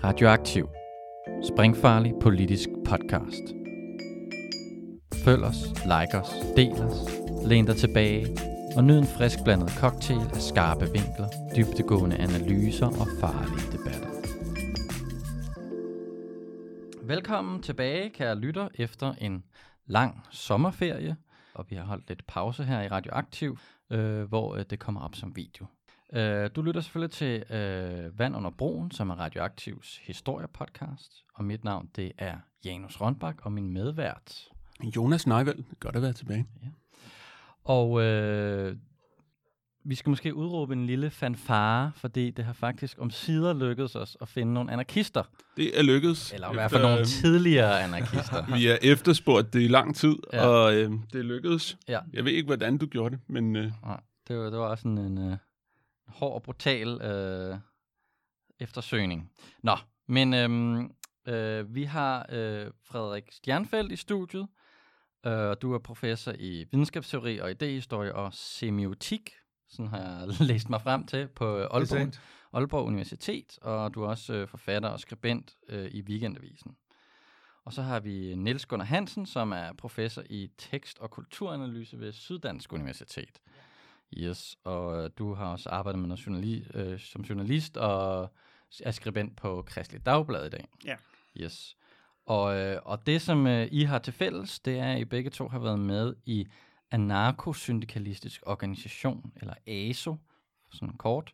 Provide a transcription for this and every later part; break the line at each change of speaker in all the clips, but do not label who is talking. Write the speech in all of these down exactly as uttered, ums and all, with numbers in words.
Radioaktiv. Springfarlig politisk podcast. Følg os, like os, del os, læn dig tilbage og nyd en frisk blandet cocktail af skarpe vinkler, dybdegående analyser og farlige debatter. Velkommen tilbage, kære lytter, efter en lang sommerferie. Og vi har holdt lidt pause her i Radioaktiv, øh, hvor øh, det kommer op som video. Øh, du lytter selvfølgelig til øh, Vand under broen, som er Radioaktivs historiepodcast. Og mit navn, det er Janus Rønbak, og min medvært
Jonas Neivald. Godt at være tilbage. Ja.
Og øh, vi skal måske udråbe en lille fanfare, fordi det har faktisk omsider lykkedes os at finde nogle anarkister.
Det er lykkedes.
Eller i hvert fald nogle tidligere anarkister.
Vi er efterspurgt det i lang tid,
ja.
og øh, det lykkedes.
Ja.
Jeg ved ikke, hvordan du gjorde det, men... Øh...
Nej, det var, det var også sådan en øh, hård og brutal øh, eftersøgning. Nå, men øh, øh, vi har øh, Frederik Stjernfeldt i studiet. Uh, du er professor i videnskabsteori og idéhistorie og semiotik. Sådan har jeg læst mig frem til på Aalborg, Aalborg Universitet. Og du er også uh, forfatter og skribent uh, i Weekendavisen. Og så har vi Niels Gunnar Hansen, som er professor i tekst- og kulturanalyse ved Syddansk Universitet. Yes, og uh, du har også arbejdet med noget journali- uh, som journalist og er skribent på Kristeligt Dagblad i dag.
Ja.
Yes. Og, øh, og det, som øh, I har til fælles, det er, at I begge to har været med i anarkosyndikalistisk organisation, eller A S O, sådan kort,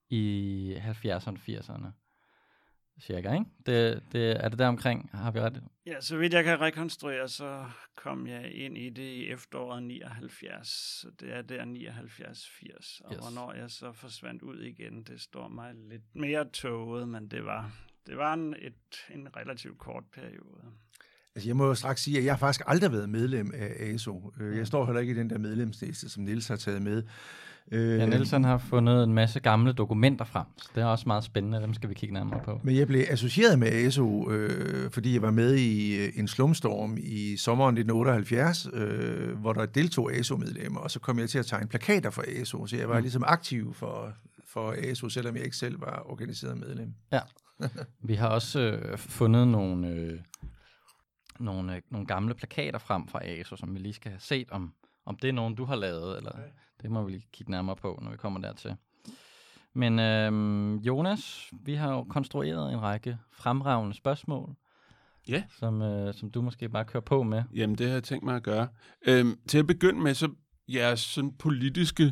i halvfjerdserne og firserne. Cirka, ikke? Det, det, er det der omkring? Har vi ret?
Ja, så vidt jeg kan rekonstruere, så kom jeg ind i det i efteråret nioghalvfjerds. Så det er der nioghalvfjerds firs. Og yes. Hvornår jeg så forsvandt ud igen, det står mig lidt mere tåget, men det var... Det var en, et, en relativt kort periode.
Altså jeg må jo straks sige, at jeg har faktisk aldrig været medlem af A S O. Jeg står heller ikke i den der medlemsliste, som Niels har taget med.
Ja, Niels har fundet en masse gamle dokumenter frem, så det er også meget spændende, dem skal vi kigge nærmere på.
Men jeg blev associeret med A S O, øh, fordi jeg var med i en slumstorm i sommeren nitten otteoghalvfjerds, øh, hvor der deltog A S O-medlemmer, og så kom jeg til at tegne plakater for A S O, så jeg var mm. ligesom aktiv for, for A S O, selvom jeg ikke selv var organiseret medlem.
Ja. Vi har også øh, fundet nogle, øh, nogle, øh, nogle gamle plakater frem fra A S O, som vi lige skal have set, om, om det er nogen, du har lavet, eller okay. Det må vi lige kigge nærmere på, når vi kommer dertil. Men øh, Jonas, vi har jo konstrueret en række fremragende spørgsmål,
ja.
som, øh, som du måske bare kører på med.
Jamen, det har jeg tænkt mig at gøre. Øhm, til at begynde med, så jeres sådan politiske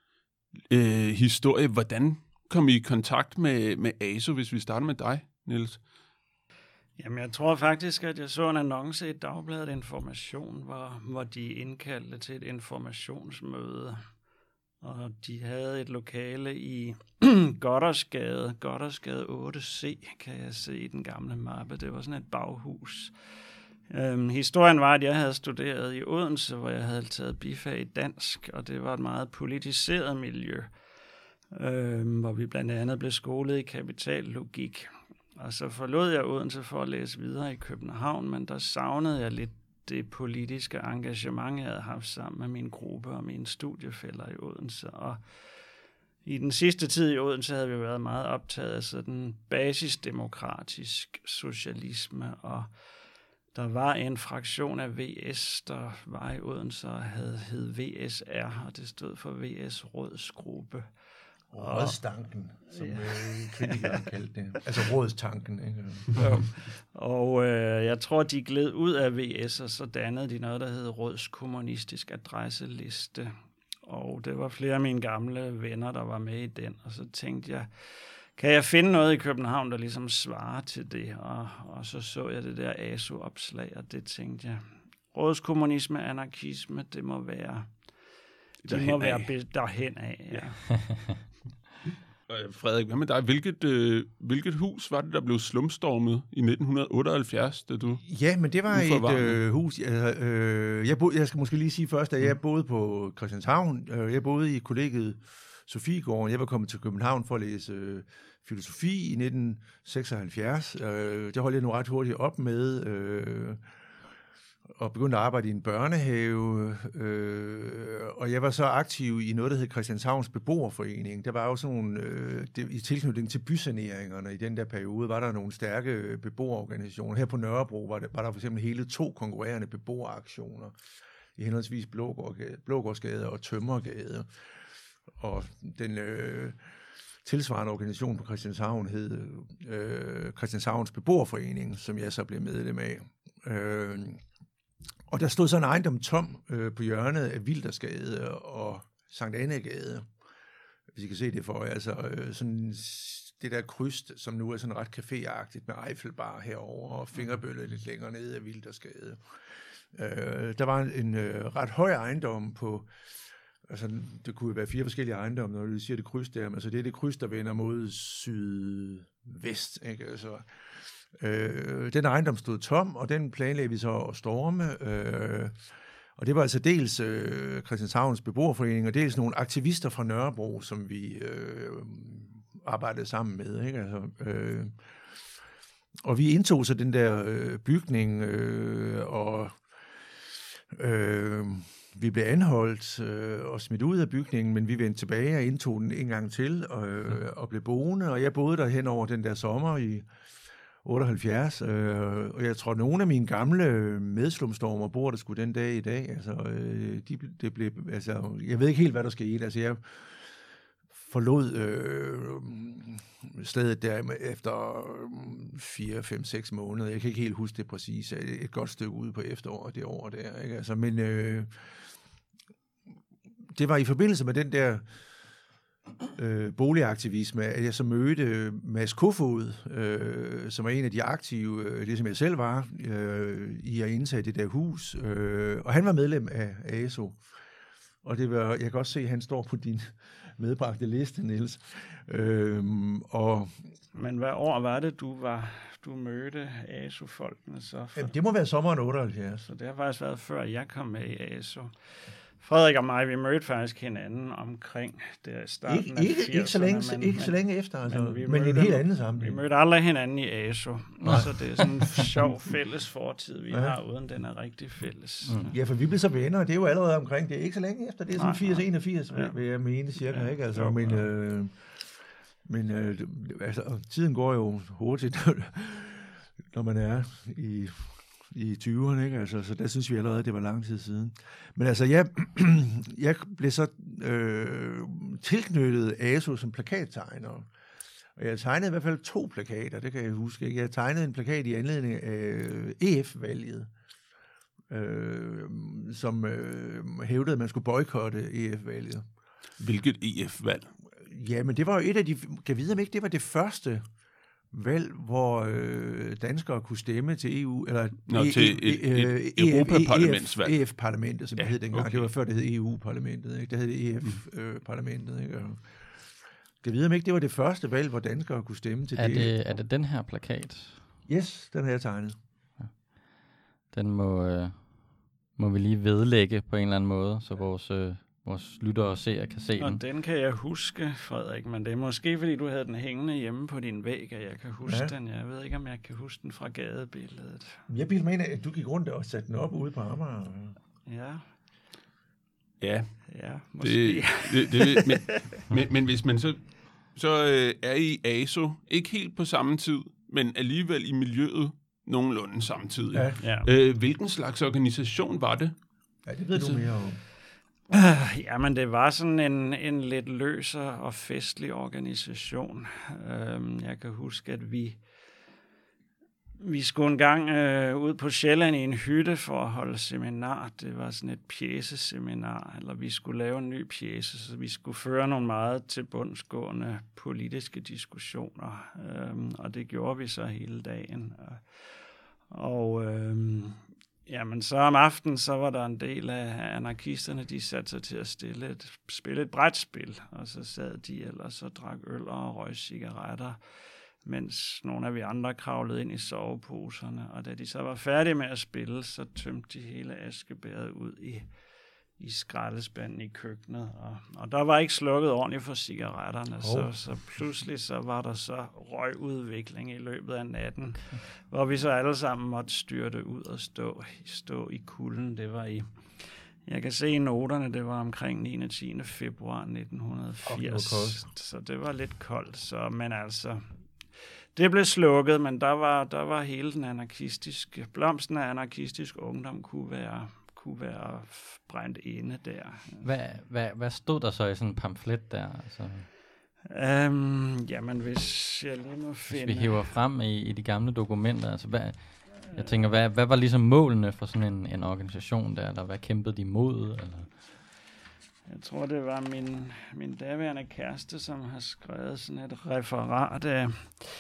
øh, historie, hvordan kom I i kontakt med, med A S O, hvis vi starter med dig, Niels?
Jamen, jeg tror faktisk, at jeg så en annonce i Dagbladet Information, hvor, hvor de indkaldte til et informationsmøde. Og de havde et lokale i Goddersgade, Goddersgade otte C, kan jeg se i den gamle mappe. Det var sådan et baghus. Øhm, historien var, at jeg havde studeret i Odense, hvor jeg havde taget bifag i dansk, og det var et meget politiseret miljø. Øhm, hvor vi blandt andet blev skolet i kapitallogik. Og så forlod jeg Odense for at læse videre i København, men der savnede jeg lidt det politiske engagement, jeg havde haft sammen med min gruppe og mine studiefæller i Odense. Og i den sidste tid i Odense havde vi været meget optaget af sådan basisdemokratisk socialisme, og der var en fraktion af V S, der var i Odense og havde hed V S R, og det stod for V S Rådsgruppe.
Rådstanken, som ja. kritikeren kaldte det. Altså rådstanken. Ikke?
Ja. Og øh, jeg tror, de gled ud af V S, og så dannede de noget, der hed Rådskommunistisk Adresseliste. Og det var flere af mine gamle venner, der var med i den. Og så tænkte jeg, kan jeg finde noget i København, der ligesom svarer til det? Og, og så så jeg det der A S O-opslag, og det tænkte jeg, rådskommunisme, anarkisme, det må være... Det må være be- derhen af, ja.
Frederik, hvad med dig? Hvilket, øh, hvilket hus var det, der blev slumstormet i nitten otteoghalvfjerds, da du...
Ja, men det var et øh, hus... Jeg, øh, jeg, boede, jeg skal måske lige sige først, at jeg boede på Christianshavn. Jeg boede i kollegiet Sofiegården. Jeg var kommet til København for at læse øh, filosofi i nitten seksoghalvfjerds. Øh, det holdt jeg nu ret hurtigt op med... Øh, og begyndte at arbejde i en børnehave, øh, og jeg var så aktiv i noget, der hed Christianshavns Beboerforening. Der var jo sådan nogle, øh, det, i tilknytning til bysaneringerne i den der periode, var der nogle stærke beboerorganisationer. Her på Nørrebro var, det, var der for eksempel hele to konkurrerende beboeraktioner i henholdsvis Blågårdsgade, Blågårdsgade og Tømmergade. Og den øh, tilsvarende organisation på Christianshavn hed øh, Christianshavns Beboerforening, som jeg så blev medlem af. Øh, og der stod så en ejendom tom øh, på hjørnet af Wildersgade og Sankt Annegade. Hvis I kan se det for jer, altså øh, sådan det der kryds, som nu er sådan ret caféagtigt med Eiffelbar herover og Fingerbølle lidt længere nede af Wildersgade. Øh, der var en øh, ret høj ejendom på, altså det kunne være fire forskellige ejendomme, når du siger det kryds der, men altså det er det kryds, der vender mod sydvest, ikke? Altså, øh, den ejendom stod tom, og den planlagde vi så at storme, øh, og det var altså dels øh, Christianshavns Beboerforening, og dels nogle aktivister fra Nørrebro, som vi øh, arbejdede sammen med, ikke? Altså, øh, og vi indtog så den der øh, bygning, øh, og øh, vi blev anholdt øh, og smidt ud af bygningen, men vi vendte tilbage og indtog den en gang til og, øh, og blev boende, og jeg boede der hen over den der sommer i otteoghalvfjerds, øh, og jeg tror, at nogle af mine gamle medslumstormer bor der sgu den dag i dag. Altså, øh, de, det blev, altså, jeg ved ikke helt, hvad der skete. Altså, jeg forlod øh, stedet der efter fire, fem, seks måneder. Jeg kan ikke helt huske det præcis. Et godt stykke ude på efteråret det år der. Ikke? Altså, men øh, det var i forbindelse med den der øh, boligaktivisme, at jeg så mødte Mads Kofod, øh, som er en af de aktive, øh, det som jeg selv var, øh, i at indtage det der hus. Øh, og han var medlem af A S O. Og det var, jeg kan også se, at han står på din medbragte liste, Niels. Øhm, og
Men hvad år var det, du var du mødte A S O-folkene så? For?
Jamen, det må være sommeren otteoghalvfjerds.
Så det har faktisk været før jeg kom med i A S O. Frederik og mig, vi mødte faktisk hinanden omkring det starten
ikke,
af
ikke,
firserne.
ikke så længe,
men,
ikke så længe efter, altså, men, men i en helt anden sammenhæng.
Vi mødte aldrig hinanden i A S O, så det er sådan en sjov fælles fortid, vi ja. har, uden den er rigtig fælles.
Mm. Ja, for vi blev så venner, og det er jo allerede omkring, det er ikke så længe efter, det er sådan firs enogfirs,
ja.
vil jeg mene cirka, ja. ikke? Altså,
jo,
men
ja.
øh, men øh, altså, tiden går jo hurtigt, når man er i i tyverne, ikke? Altså, så der synes vi allerede, at det var lang tid siden. Men altså, jeg, jeg blev så øh, tilknyttet A S O som plakattegner. Og jeg tegnede i hvert fald to plakater, det kan jeg huske. Ikke? Jeg tegnede en plakat i anledning af E F-valget, øh, som øh, hævdede, at man skulle boykotte E F-valget.
Hvilket E F-valg?
Ja, men det var jo et af de... Kan jeg vide, om ikke det var det første valg, hvor øh, danskere kunne stemme til E U, eller
Nå,
e,
til et, et, et Europaparlamentsvalg.
E F-parlamentet, som ja, det hed dengang.
Okay.
Det var før, det hed E U-parlamentet. Ikke? Det hed E F-parlamentet. Ikke? Og kan jeg vide, om ikke det var det første valg, hvor danskere kunne stemme til
er
det?
det? Er det den her plakat?
Yes, den har jeg tegnet.
Ja. Den må, øh, må vi lige vedlægge på en eller anden måde, så vores... Øh vores lyttere og seere kan se
og
den.
den kan jeg huske, Frederik, men det er måske, fordi du havde den hængende hjemme på din væg, at jeg kan huske ja. den. Jeg ved ikke, om jeg kan huske den fra gadebilledet.
Jeg bilder mig ind, at du gik rundt og satte den op ude på Amager.
Ja.
Ja.
Ja, måske.
Det, det, det, men, men, men hvis man så, så øh, er i A S O, ikke helt på samme tid, men alligevel i miljøet nogenlunde samtidig.
Ja.
Ja.
Øh, hvilken slags organisation var det?
Ja, det ved altså, du mere om.
Uh, jamen, det var sådan en, en lidt løser og festlig organisation. Uh, jeg kan huske, at vi, vi skulle en gang uh, ud på Sjælland i en hytte for at holde seminar. Det var sådan et pjæseseminar, eller vi skulle lave en ny pjæse, så vi skulle føre nogle meget tilbundsgående politiske diskussioner. Uh, og det gjorde vi så hele dagen. Uh, og... Uh, Jamen, så om aftenen, så var der en del af anarkisterne, de satte sig til at stille et, spille et brætspil, og så sad de ellers og drak øl og røg cigaretter, mens nogle af vi andre kravlede ind i soveposerne, og da de så var færdige med at spille, så tømte de hele askebæret ud i, i skraldespanden i køkkenet, og, og der var ikke slukket ordentligt for cigaretterne, oh. så, så pludselig så var der så røgudvikling i løbet af natten, hvor vi så alle sammen måtte styrte ud og stå, stå i kulden. Det var i, jeg kan se i noterne, det var omkring niende til tiende februar nitten firs, oh, så det var lidt koldt, så, men altså, det blev slukket, men der var, der var hele den anarkistiske, blomsten af anarkistisk ungdom kunne være kunne være brændt inde der.
Hvad, hvad, hvad stod der så i sådan en pamflet der? Altså,
um, jamen, hvis jeg lige må finde...
Hvis vi hiver frem i, i de gamle dokumenter, altså hvad, jeg tænker, hvad, hvad var ligesom målene for sådan en, en organisation der, eller hvad kæmpede de imod? Eller?
Jeg tror, det var min, min daværende kæreste, som har skrevet sådan et referat af...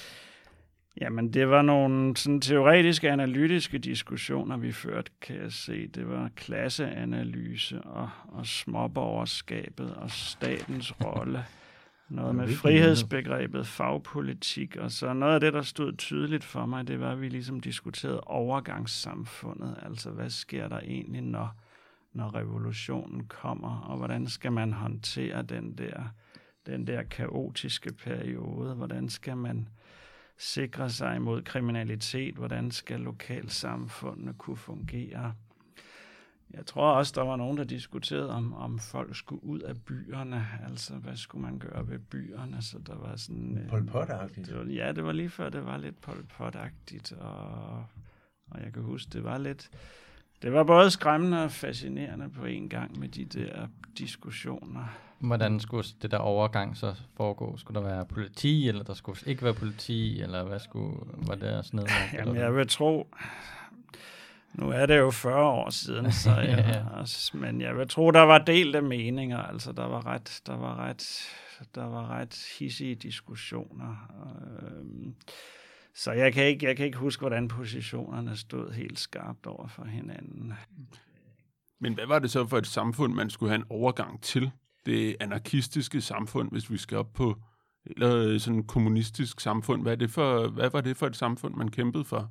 Jamen, det var nogle sådan teoretiske, analytiske diskussioner, vi førte, kan jeg se. Det var klasseanalyse og, og småborgerskabet og statens rolle. Noget med frihedsbegrebet, fagpolitik, og så noget af det, der stod tydeligt for mig, det var, at vi ligesom diskuterede overgangssamfundet. Altså, hvad sker der egentlig, når, når revolutionen kommer, og hvordan skal man håndtere den der, den der kaotiske periode? Hvordan skal man sikre sig imod kriminalitet? Hvordan skal lokalsamfundene kunne fungere? Jeg tror også, der var nogen, der diskuterede, om, om folk skulle ud af byerne. Altså, hvad skulle man gøre ved byerne? Så der var sådan...
Pol Pot-agtigt.
Det var, ja, det var lige før, det var lidt Pol Pot-agtigt. Og, og jeg kan huske, det var lidt... Det var både skræmmende og fascinerende på en gang med de der diskussioner.
Hvordan skulle det der overgang så foregå? Skulle der være politi, eller der skulle ikke være politi, eller hvad skulle, var der sådan noget?
Jamen, jeg vil tro, nu er det jo fyrre år siden, så jeg, ja. også, men jeg vil tro, der var delte meninger, altså der var ret, der var ret, der var ret hissige diskussioner. Øhm, så jeg kan ikke, jeg kan ikke huske, hvordan positionerne stod helt skarpt over for hinanden.
Men hvad var det så for et samfund, man skulle have en overgang til? Det anarkistiske samfund, hvis vi skal op på, eller sådan et kommunistisk samfund. Hvad, er det for, hvad var det for et samfund, man kæmpede for?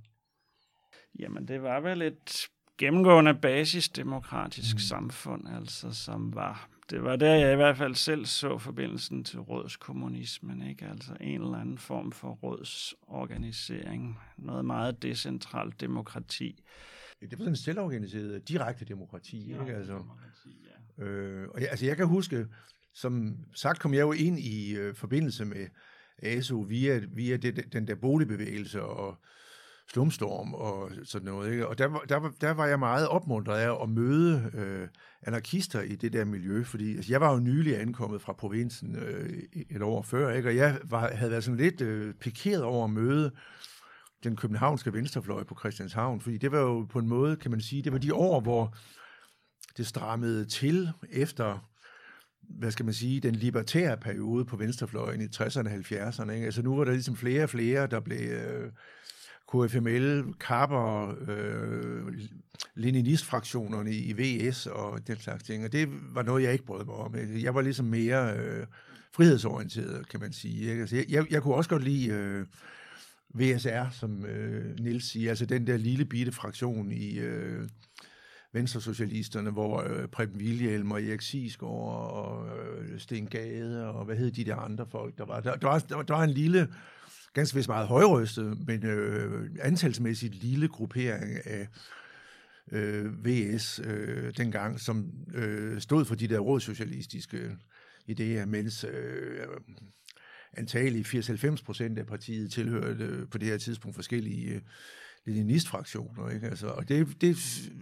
Jamen, det var vel et gennemgående basisdemokratisk mm. samfund, altså, som var... Det var der, jeg i hvert fald selv så forbindelsen til rådskommunismen, ikke? Altså en eller anden form for rådsorganisering. Noget meget decentralt demokrati.
Det var sådan en selvorganiseret, direkte demokrati,
ja,
ikke? Altså,
demokrati, ja.
øh, og jeg, altså jeg kan huske, som sagt kom jeg jo ind i øh, forbindelse med A S O via, via det, den der boligbevægelse og slumstorm og sådan noget, ikke? Og der var, der, var, der var jeg meget opmuntret af at møde øh, anarkister i det der miljø, fordi altså, jeg var jo nylig ankommet fra provinsen øh, et år før, ikke? Og jeg var, havde været sådan lidt øh, pikeret over at møde den københavnske venstrefløj på Christianshavn, fordi det var jo på en måde, kan man sige, det var de år, hvor det strammede til efter, hvad skal man sige, den libertære periode på venstrefløjen i tresserne og halvfjerdserne. Ikke? Altså nu var der ligesom flere og flere, der blev øh, K F M L, Kapper, øh, Leninist-fraktionerne i V S og den slags ting, og det var noget, jeg ikke brød mig om. Jeg var ligesom mere øh, frihedsorienteret, kan man sige. Ikke? Altså jeg, jeg, jeg kunne også godt lide... Øh, V S R, som øh, Niels siger, altså den der lille bitte fraktion i øh, Venstresocialisterne, hvor øh, Preben Wilhjelm og Erik Sigsgaard og øh, Sten Gade og hvad hed de der andre folk, der var. Der, der, var, der, var, der var en lille, ganske vist meget højrøstet, men øh, antalsmæssigt lille gruppering af øh, V S øh, dengang, som øh, stod for de der rådsocialistiske idéer, mens... Øh, antageligt firs til halvfems procent af partiet tilhørte øh, på det her tidspunkt forskellige øh, leninist-fraktioner, ikke? Altså, og det, det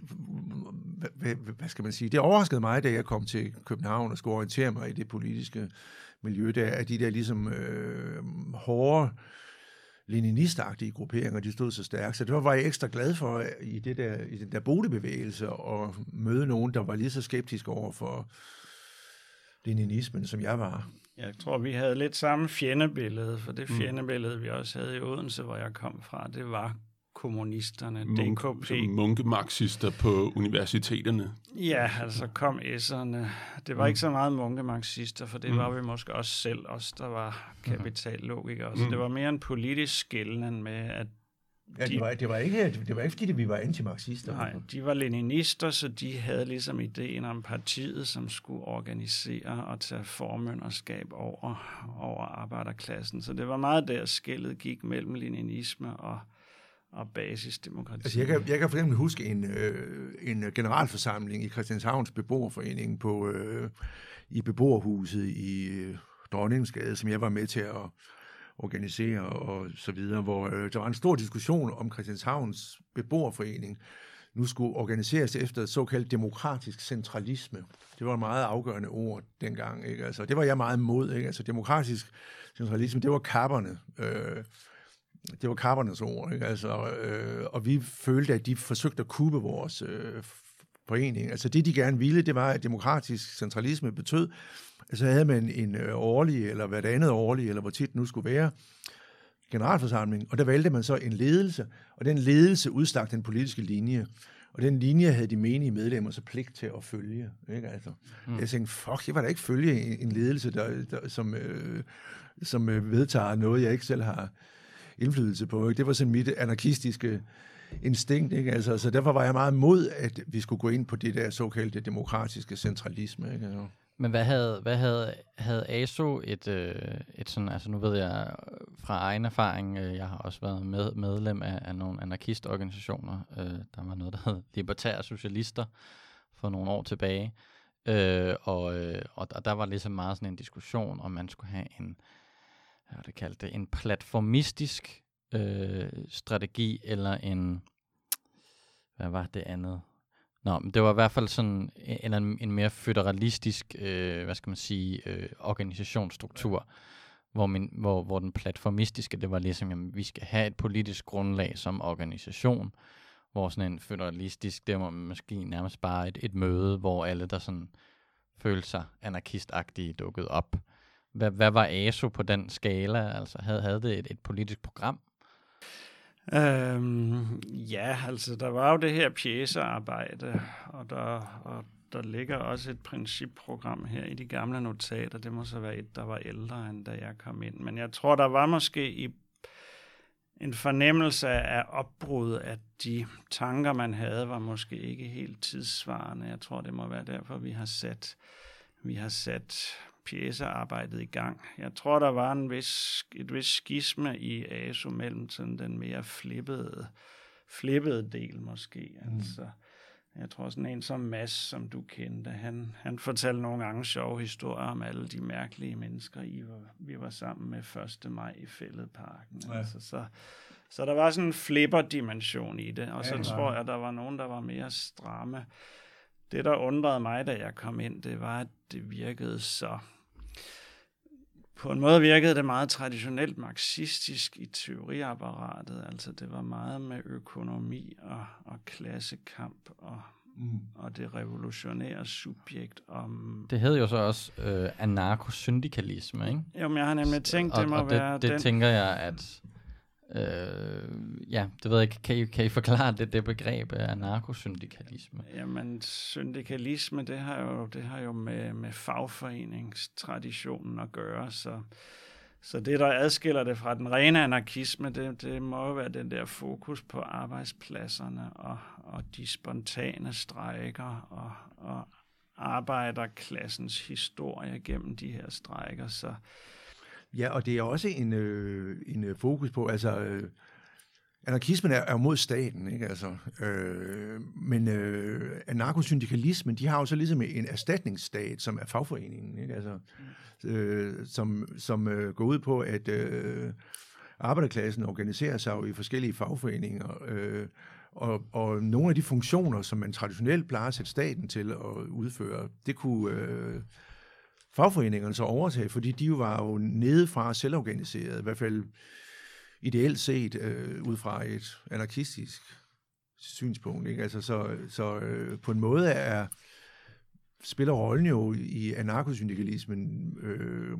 hvad, hvad skal man sige, det overraskede mig, da jeg kom til København og skulle orientere mig i det politiske miljø, der at de der ligesom øh, hårde leninistagtige grupperinger, de stod så stærkt. Så det var, var jeg ekstra glad for i, det der, i den der boligbevægelse at møde nogen, der var lige så skeptiske over for leninismen, som jeg var.
Jeg tror, vi havde lidt samme fjendebillede, for det fjendebillede, vi også havde i Odense, hvor jeg kom fra, det var kommunisterne,
Munk,
D K P.
Munkemarxister på universiteterne.
Ja, altså kom S'erne. Det var mm. ikke så meget munkemarxister, for det mm. var vi måske også selv, os der var kapitallogikere. Så mm. det var mere en politisk skillen med, at
Ja, det var, det var ikke, det var ikke fordi, vi var antimarxister.
Nej, de var leninister, så de havde ligesom ideen om partiet, som skulle organisere og tage formynderskab over, over arbejderklassen. Så det var meget der, skellet gik mellem leninisme og, og basisdemokrati.
Altså, jeg kan, jeg kan for eksempel huske en, øh, en generalforsamling i Christianshavns beboerforening på, øh, i beboerhuset i øh, Dronningsgade, som jeg var med til at organisere og så videre, hvor øh, der var en stor diskussion om Christianshavns beboerforening nu skulle organiseres efter et såkaldt demokratisk centralisme. Det var et meget afgørende ord dengang, ikke? Altså, det var jeg meget imod, ikke? Altså, demokratisk centralisme, det var kapperne. Øh, det var kappernes ord, ikke? Altså, øh, og vi følte, at de forsøgte at kubbe vores øh, forening. Altså, det de gerne ville, det var, at demokratisk centralisme betød, så havde man en øh, årlig, eller hvert andet årlig, eller hvor tit det nu skulle være, generalforsamling, og der valgte man så en ledelse, og den ledelse udstak den politiske linje, og den linje havde de menige medlemmer så pligt til at følge. Ikke? Altså, mm. Jeg tænkte, fuck, jeg var da ikke følge en, en ledelse, der, der, som, øh, som øh, vedtager noget, jeg ikke selv har indflydelse på. Ikke? Det var sådan mit anarkistiske instinkt, ikke? Altså, så derfor var jeg meget imod, at vi skulle gå ind på det der såkaldte demokratiske centralisme. Ikke? Altså.
Men hvad havde, hvad havde, havde A S O et, øh, et sådan, altså nu ved jeg fra egen erfaring, øh, jeg har også været med, medlem af, af nogle anarkistorganisationer, øh, der var noget, der hed Libertære Socialister for nogle år tilbage, øh, og, øh, og, og der var ligesom meget sådan en diskussion, om man skulle have en, hvad var det kaldt det, en platformistisk øh, strategi, eller en, hvad var det andet? Nå, men det var i hvert fald sådan en, en, en mere føderalistisk, øh, hvad skal man sige, øh, organisationsstruktur, hvor, min, hvor, hvor den platformistiske, det var ligesom, jamen, vi skal have et politisk grundlag som organisation, hvor sådan en føderalistisk, det var måske nærmest bare et, et møde, hvor alle, der sådan følte sig anarkistagtige, dukkede op. Hvad, hvad var A S O på den skala? Altså, havde, havde det et, et politisk program?
Øhm, ja, altså der var jo det her pjæsearbejde, og der, og der ligger også et principprogram her i de gamle notater. Det må så være et, der var ældre, end da jeg kom ind. Men jeg tror, der var måske i en fornemmelse af opbrud, at de tanker, man havde, var måske ikke helt tidssvarende. Jeg tror, det må være derfor, vi har sat, vi har sat pjæsearbejdet i gang. Jeg tror, der var en vis, et vis skisme i A S O mellem sådan den mere flippede, flippede del måske. Mm. Altså, jeg tror sådan en som Mads, som du kendte, han, han fortalte nogle gange sjove historier om alle de mærkelige mennesker, I var, vi var sammen med første maj i Fælledparken. Ja. Altså, så, så der var sådan en flipper-dimension i det, og så ja, tror jeg, der var nogen, der var mere stramme. Det, der undrede mig, da jeg kom ind, det var, at det virkede så... På en måde virkede det meget traditionelt marxistisk i teoriapparatet. Altså, det var meget med økonomi og, og klassekamp og, mm. og det revolutionære subjekt. Om...
Det hed jo så også øh, anarkosyndikalisme, ikke?
Jo, men jeg har nemlig tænkt,
og,
det må
og
være
det, det
den...
tænker jeg, at... Øh, ja, det ved jeg ikke. Kan I, kan I forklare det, det begreb af anarkosyndikalisme?
Jamen, syndikalisme, det har jo, det har jo med, med fagforeningstraditionen at gøre, så, så det, der adskiller det fra den rene anarkisme, det, det må jo være den der fokus på arbejdspladserne og, og de spontane strejker og, og arbejderklassens historie gennem de her strejker, så
ja, og det er også en, øh, en fokus på, altså, øh, anarkismen er, er jo mod staten, ikke? Altså, øh, men øh, anarkosyndikalismen, de har jo så ligesom en erstatningsstat, som er fagforeningen, ikke? Altså, øh, som, som øh, går ud på, at øh, arbejderklassen organiserer sig jo i forskellige fagforeninger, øh, og, og nogle af de funktioner, som man traditionelt plejer at sætte staten til at udføre, det kunne... Øh, fagforeningerne så overtage, fordi de jo var jo nedefra selvorganiseret, i hvert fald ideelt set, øh, ud fra et anarkistisk synspunkt. Ikke? Altså, så så øh, på en måde er, spiller rollen jo i anarkosyndikalismen, øh,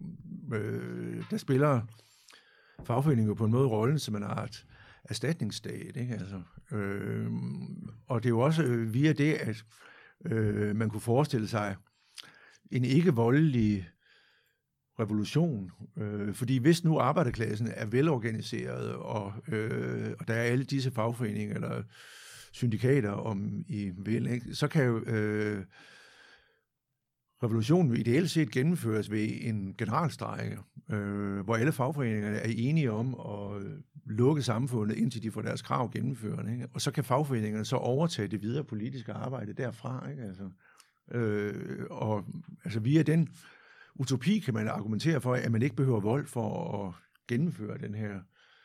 øh, der spiller fagforeninger på en måde rollen som en art erstatningsstat. Ikke? Altså, øh, og det er jo også øh, via det, at øh, man kunne forestille sig en ikke voldelig revolution. Øh, fordi hvis nu arbejderklassen er velorganiseret, og, øh, og der er alle disse fagforeninger eller syndikater om i vil, ikke, så kan jo øh, revolutionen ideelt set gennemføres ved en generalstrejke, øh, hvor alle fagforeningerne er enige om at lukke samfundet, indtil de får deres krav gennemført. Ikke? Og så kan fagforeningerne så overtage det videre politiske arbejde derfra. Ikke? Altså, øh, og altså via den utopi kan man argumentere for, at man ikke behøver vold for at gennemføre den her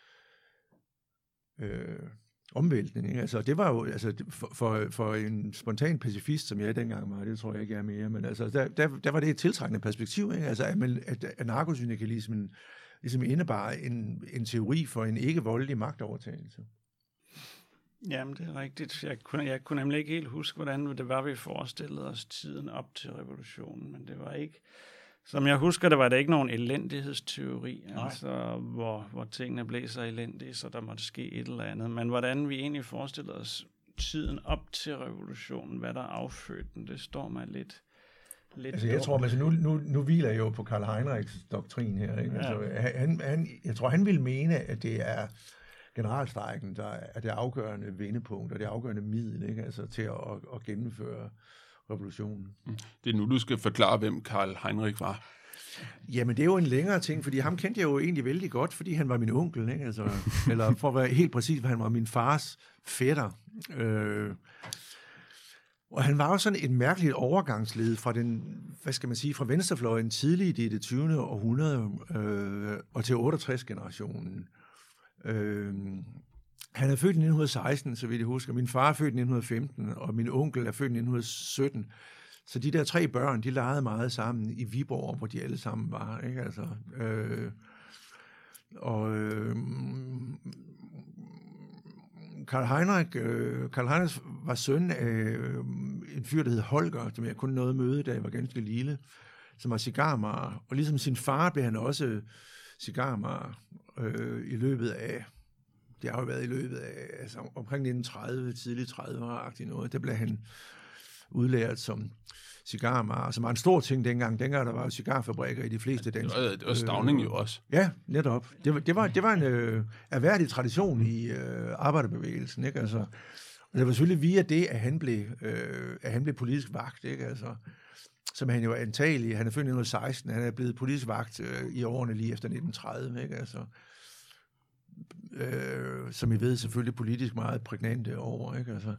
øh, omvæltning. Ikke? Altså, det var jo altså, for, for, for en spontan pacifist, som jeg dengang var, det tror jeg ikke er mere, men altså, der, der, der var det et tiltrækkende perspektiv, ikke? Altså, at, man, at anarkosyndikalismen ligesom indebar en, en teori for en ikke-voldelig magtovertagelse.
Jamen, det er rigtigt. Jeg kunne, jeg kunne nemlig ikke helt huske, hvordan det var, vi forestillede os tiden op til revolutionen, men det var ikke, som jeg husker, det var det ikke nogen elendighedsteori, altså, hvor, hvor tingene blev så elendige, så der måtte ske et eller andet. Men hvordan vi egentlig forestillede os tiden op til revolutionen, hvad der affødte den, det står mig lidt... lidt
altså, jeg tror, altså, nu, nu, nu hviler jeg jo på Karl Heinrichs doktrin her. Ikke? Ja. Altså, han, han, jeg tror, han vil mene, at det er generalstrejken, der er det afgørende vendepunkt og det afgørende middel, ikke? Altså, til at, at gennemføre revolutionen.
Det er nu, du skal forklare, hvem Karl Heinrich var.
Jamen, det er jo en længere ting, fordi ham kendte jeg jo egentlig vældig godt, fordi han var min onkel, ikke? Altså, eller for at være helt præcis, han var min fars fætter. Øh, og han var jo sådan et mærkeligt overgangsled fra den, hvad skal man sige, fra venstrefløjen tidligt i det tyvende århundrede øh, og til otteogtres-generationen. Øh, Han er født i nitten seksten, så vidt jeg husker. Min far er født i nitten femten, og min onkel er født i nitten sytten. Så de der tre børn, de legede meget sammen i Viborg, hvor de alle sammen var. Ikke? Altså, øh, og øh, Karl Heinrich, øh, Karl Heinrich var søn af øh, en fyr, der hed Holger, som jeg kun nåede at møde, da jeg var ganske lille, som var cigarmager. Og ligesom sin far blev han også cigarmager øh, i løbet af Det har jo været i løbet af altså, omkring nitten tredive, tidligt trediver-agtigt noget. Der blev han udlært som cigarmager, som var en stor ting dengang. Dengang der var jo cigarfabrikker i de fleste danske.
Det var, det var Stauning jo også.
Ja, netop. Det var, det var, det var en øh, erhverdig tradition i øh, arbejderbevægelsen. Ikke? Altså, og det var selvfølgelig via det, at han blev, øh, at han blev politisk vagt. Ikke? Altså, som han jo er antagelig. Han er født i nitten seksten. Han er blevet politisk vagt øh, i årene lige efter nitten tredive. Ikke? Altså, Øh, som I ved, selvfølgelig politisk meget prægnante over, ikke? Altså,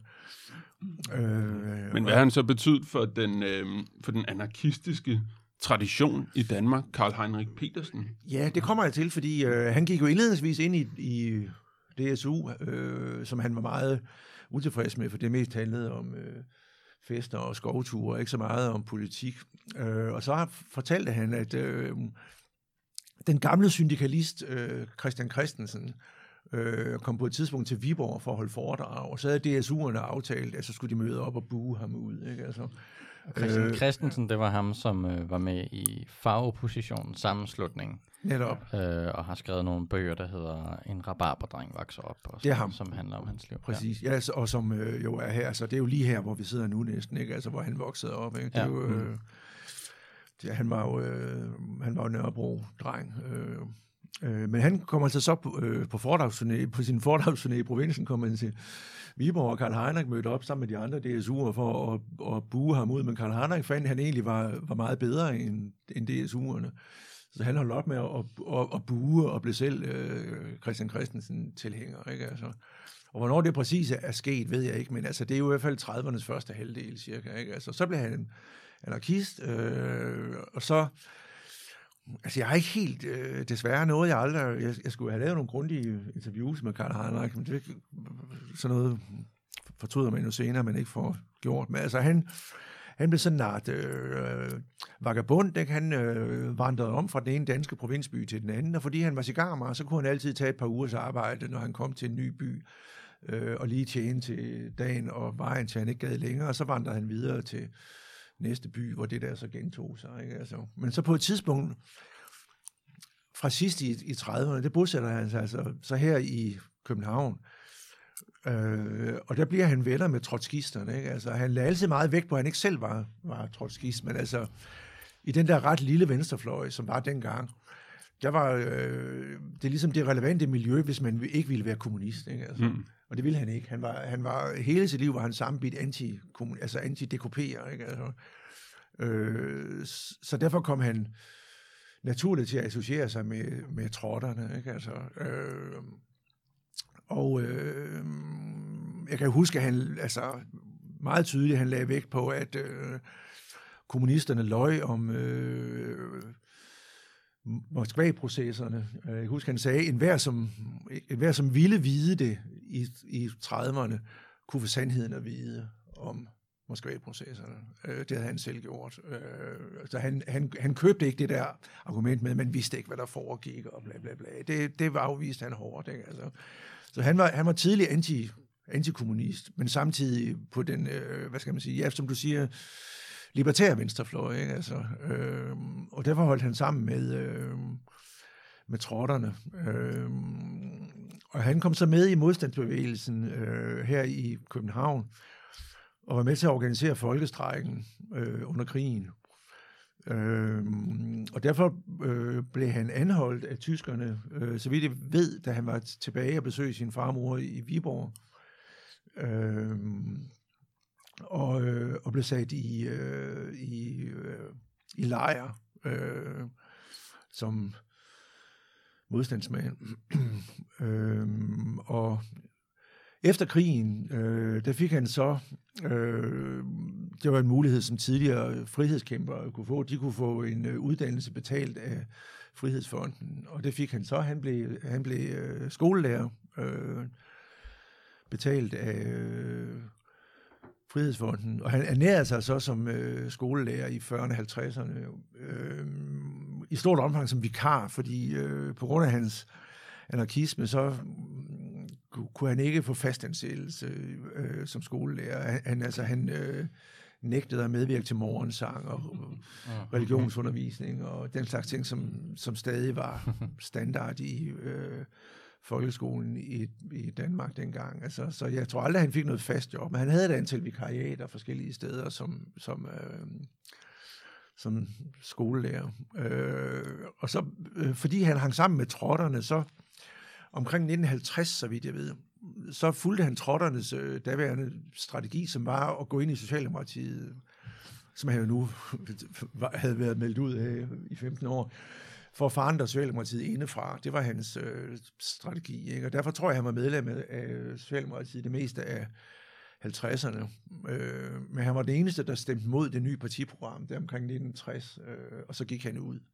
øh, Men hvad har han så betydet for den, øh, for den anarkistiske tradition i Danmark, Karl Heinrich Petersen?
Ja, det kommer jeg til, fordi øh, han gik jo indledningsvis ind i, i D S U, øh, som han var meget utilfreds med, for det mest handlede om øh, fester og skovture, ikke så meget om politik. Øh, og så fortalte han, at øh, den gamle syndikalist øh, Christian Christensen øh, kom på et tidspunkt til Viborg for at holde foredrag, og så havde D S U'erne aftalt, at så skulle de møde op og buge ham ud. Ikke? Altså,
Christian øh, Christensen, det var ham, som øh, var med i Fagoppositionens sammenslutning.
Netop.
Øh, og har skrevet nogle bøger, der hedder En rabarberdreng vokser op, og
det er ham.
Som handler om hans liv.
Præcis, ja, ja og som øh, jo er her, så det er jo lige her, hvor vi sidder nu næsten, ikke? Altså, hvor han voksede op. Ikke? Det er
ja.
jo, øh, det, han var jo øh, han var jo Nørrebro-dreng. Øh, øh, men han kommer altså så på, øh, på, på sin foredragsturné i provinsen, kommer han til Viborg, og Karl Heinrich mødte op sammen med de andre D S U'er for at, at buge ham ud, men Karl Heinrich fandt, han egentlig var, var meget bedre end, end D S U'erne. Så han holdt op med at, at, at, at buge og blev selv øh, Christian Christensen tilhænger. Ikke? Altså, og hvornår det præcis er sket, ved jeg ikke, men altså, det er jo i hvert fald tredivernes første halvdel cirka. Ikke? Altså, så blev han anarkist, øh, og så altså, jeg har ikke helt, øh, desværre noget, jeg aldrig, jeg, jeg skulle have lavet nogle grundige interviews med Karl Heinrich, men det er sådan noget, fortryder man jo senere, men ikke får gjort. Men altså, han, han blev sådan en øh, vagabond, ikke? Han øh, vandrede om fra den ene danske provinsby til den anden, og fordi han var cigarmager, så kunne han altid tage et par ugers arbejde, når han kom til en ny by, øh, og lige tjene til dagen og vejen, til han ikke gad længere, og så vandrede han videre til næste by, hvor det der så gentog sig. Ikke? Altså, men så på et tidspunkt, fra sidst i, i trediverne, det bosætter han sig altså så her i København, øh, og der bliver han venner med trotskisterne. Ikke? Altså, han lagde altid meget vægt på, at han ikke selv var, var trotskist, men altså i den der ret lille venstrefløj, som var dengang, der var øh, det er ligesom det relevante miljø, hvis man ikke ville være kommunist. Ikke? Altså, mm. Og det ville han ikke. Han var, han var, hele sit liv var han sammenbit anti, altså anti-D K P'er. Ikke? Altså, øh, så derfor kom han naturligt til at associere sig med, med trotterne. Ikke? Altså, øh, og øh, jeg kan huske, at han altså, meget tydeligt han lagde vægt på, at øh, kommunisterne løj om øh, Moskva-processerne. Jeg husker, han sagde, at enhver som, enhver som ville vide det i, i trediverne, kunne få sandheden at vide om Moskva-processerne. Det havde han selv gjort. Så han, han, han købte ikke det der argument med, at man vidste ikke, hvad der foregik, og bla bla bla. Det, det var afvist han hårdt. Ikke? Altså, så han var, han var tidlig anti, antikommunist, men samtidig på den, hvad skal man sige, ja, som du siger, libertær venstrefløj, ikke? Altså, øh, og derfor holdt han sammen med, øh, med trotterne. Øh, og han kom så med i modstandsbevægelsen øh, her i København, og var med til at organisere folkestrejken øh, under krigen. Øh, og derfor øh, blev han anholdt af tyskerne, øh, så vidt jeg ved, da han var tilbage og besøgte sin farmor i Viborg. Øh, Og, øh, og blev sat i, øh, i, øh, i lejr øh, som modstandsmand. øh, og efter krigen, øh, der fik han så, øh, det var en mulighed, som tidligere frihedskæmpere kunne få. De kunne få en øh, uddannelse betalt af Frihedsfonden, og det fik han så. Han blev, han blev øh, skolelærer, øh, betalt af øh, Frihedsfonden, og han ernærede sig så som øh, skolelærer i fyrrerne og halvtredserne, øh, i stort omfang som vikar, fordi øh, på grund af hans anarkisme, så øh, kunne han ikke få fastansættelse øh, som skolelærer. Han, altså, han øh, nægtede at medvirke til morgensang og religionsundervisning og den slags ting, som, som stadig var standard i øh, folkeskolen i, i Danmark dengang. Altså, så jeg tror aldrig, han fik noget fast job, men han havde et antal vikariater forskellige steder som, som, øh, som skolelærer. Øh, og så, øh, fordi han hang sammen med trotterne, så omkring nitten halvtreds, så vidt jeg ved, så fulgte han trotternes øh, daværende strategi, som var at gå ind i Socialdemokratiet, som han jo nu havde været meldt ud af i femten år, for at forandre Socialdemokratiet indefra. Det var hans øh, strategi, ikke? Og derfor tror jeg, han var medlem af Socialdemokratiet det meste af halvtredserne. Øh, men han var den eneste, der stemte mod det nye partiprogram, der omkring nitten tres, øh, og så gik han ud.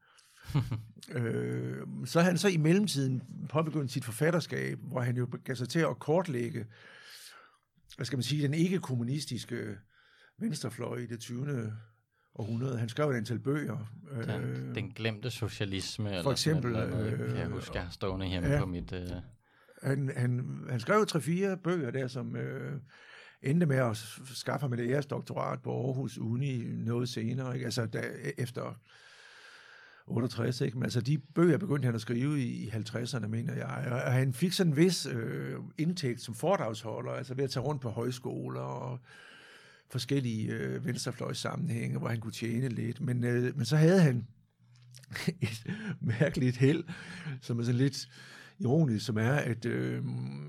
øh, så har han så i mellemtiden påbegyndt sit forfatterskab, hvor han jo gav sig til at kortlægge, hvad skal man sige, den ikke-kommunistiske venstrefløj i det tyvende århundrede. Han skrev et antal bøger.
Den, øh, den glemte socialisme,
for
eller
eksempel,
sådan noget,
øh,
kan jeg huske, jeg har stående hjemme
ja,
på mit... Øh...
Han, han, han skrev tre-fire bøger der, som øh, endte med at skaffe ham et æresdoktorat på Aarhus Uni noget senere, ikke? Altså da, efter otteogtres, ikke? Men altså de bøger begyndte han at skrive i, i halvtredserne, mener jeg, og, og han fik sådan en vis øh, indtægt som foredragsholder, altså ved at tage rundt på højskoler og forskellige øh, venstrefløjssammenhænge, hvor han kunne tjene lidt, men, øh, men så havde han et mærkeligt held, som er sådan lidt ironisk, som er, at øh,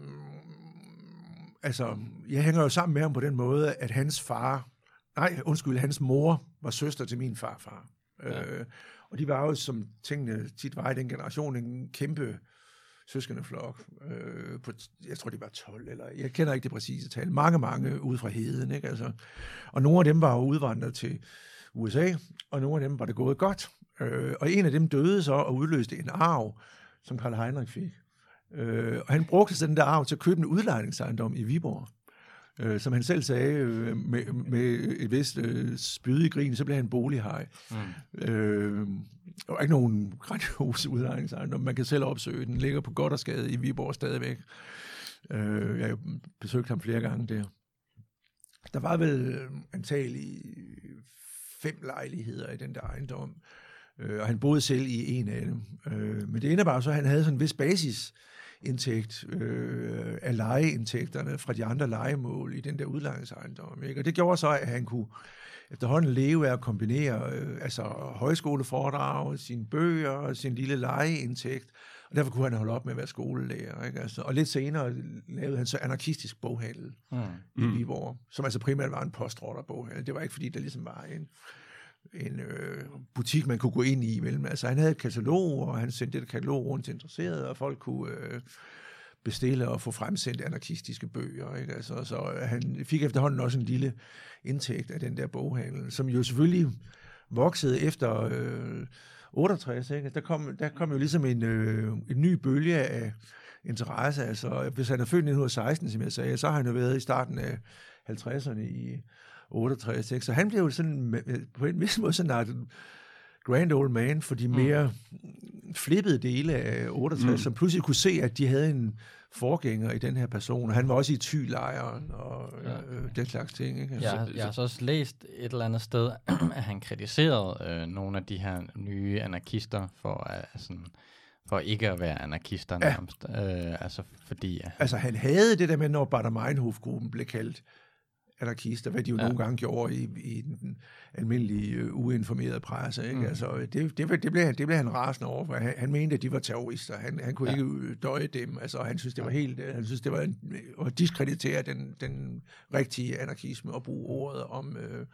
altså, jeg hænger jo sammen med ham på den måde, at hans far, nej, undskyld, hans mor var søster til min farfar. Ja. Øh, og de var jo, som tingene tit var i den generation, en kæmpe søskendeflok. Øh, på, jeg tror, de var tolv, eller jeg kender ikke det præcise tal. Mange, mange ude fra heden, ikke? Altså, og nogle af dem var jo udvandret til U S A, og nogle af dem var det gået godt. Øh, og en af dem døde så og udløste en arv, som Karl Heinrich fik. Øh, og han brugte så den der arv til at købe en udlejningsejendom i Viborg. Øh, som han selv sagde, øh, med, med et vist øh, spydig grin, så blev han bolighaj. Mm. Øh, der var ikke nogen grandiose udlejningsejendom. Man kan selv opsøge den. Ligger på Goddersgade i Viborg stadigvæk. Øh, jeg har besøgt ham flere gange der. Der var vel antageligt fem lejligheder i den der ejendom. Øh, og han boede selv i en af dem. Øh, men det indebar så, at han havde sådan en vis basis indtægt øh, af lejeindtægterne fra de andre lejemål i den der udlejningsejendom. Ikke? Og det gjorde så, at han kunne efterhånden leve af at kombinere øh, altså højskoleforedrag, sine bøger, sin lille lejeindtægt, og derfor kunne han holde op med at være skolelærer. Ikke? Altså, og lidt senere lavede han så anarkistisk boghandel mm. i Viborg, som altså primært var en postorderboghandel. Det var ikke, fordi der ligesom var en, en øh, butik, man kunne gå ind i imellem. Altså, han havde et katalog, og han sendte det katalog rundt til interesserede, og folk kunne øh, bestille og få fremsendt anarkistiske bøger. Ikke? Altså, så han fik efterhånden også en lille indtægt af den der boghandel, som jo selvfølgelig voksede efter øh, otteogtres. Ikke? Der, kom, der kom jo ligesom en, øh, en ny bølge af interesse. Altså, hvis han er født i nitten seksten, som jeg sagde, så har han jo været i starten af halvtredserne i otteogtres. Ikke? Så han blev jo sådan, på en vis måde sådan en grand old man for de mere mm. flippede dele af otteogtres, mm. som pludselig kunne se, at de havde en forgænger i den her person, og han var også i Thy-lejren og ja. øh, den slags ting. Ikke?
Jeg, har, jeg har så også læst et eller andet sted, at han kritiserede øh, nogle af de her nye anarkister for, uh, sådan, for ikke at være anarkister
ja.
nærmest. Øh, altså, fordi, uh,
altså han havde det der med, når Baader-Meinhof-gruppen blev kaldt anarkister, hvad de jo ja. nogle gange gjorde i, i den almindelige uh, uinformerede presse. Ikke? Mm. Altså, det, det, det, blev, det blev han rasende over, for han, han mente, at de var terrorister. Han, han kunne ja. ikke døje dem. Altså, han synes, det var helt, han synes, det var en, at diskreditere den, den rigtige anarkisme og bruge ordet om, øh,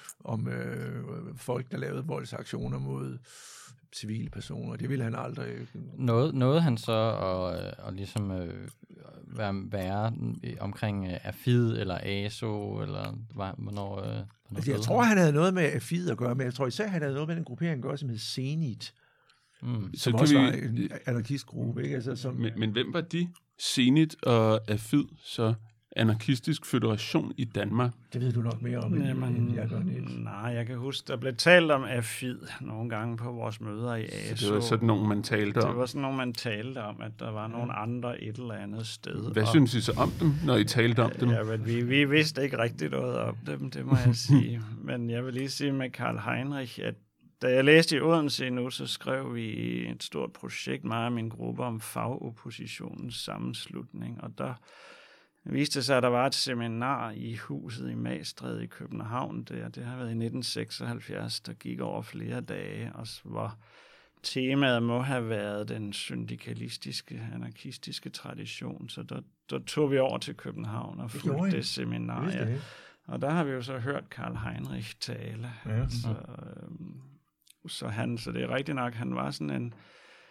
om øh, folk, der lavede voldsaktioner mod civile personer. Det ville han aldrig.
Noget, noget han så at, at ligesom øh, være, være omkring øh, A F I D eller A S O, eller hvad, hvornår... Øh,
altså, jeg tror, han havde noget med A F I D at gøre, men jeg tror især, han havde noget med den gruppering at gøre, som hed Zenit, mm. som så også vi, var en anarkistgruppe. Ikke? Altså, som,
men, men hvem var de? Zenit og A F I D, så Anarkistisk Føderation i Danmark.
Det ved du nok mere om,
Jamen, end jeg gør, Niels. Nej, jeg kan huske, der blev talt om A F I D nogle gange på vores møder i A S O.
Så det var sådan nogen, man talte om?
Det var sådan nogen, man talte om, at der var nogle andre et eller andet sted.
Hvad og, synes I så om dem, når I talte om dem?
Ja, men vi, vi vidste ikke rigtig noget om dem, det må jeg sige. Men jeg vil lige sige med Karl Heinrich, at da jeg læste i Odense nu, så skrev vi et stort projekt, mig og min gruppe, om fagoppositionens sammenslutning, og der det viste sig, at der var et seminar i huset i Magstræde i København. Der. Det har været i nitten seksoghalvfjerds, der gik over flere dage, og hvor temaet må have været den syndikalistiske, anarkistiske tradition. Så der, der tog vi over til København og fulgte det seminar. Ja. Og der har vi jo så hørt Karl Heinrich tale. Ja. Så, øhm, så, han, så det er rigtigt nok, han var sådan en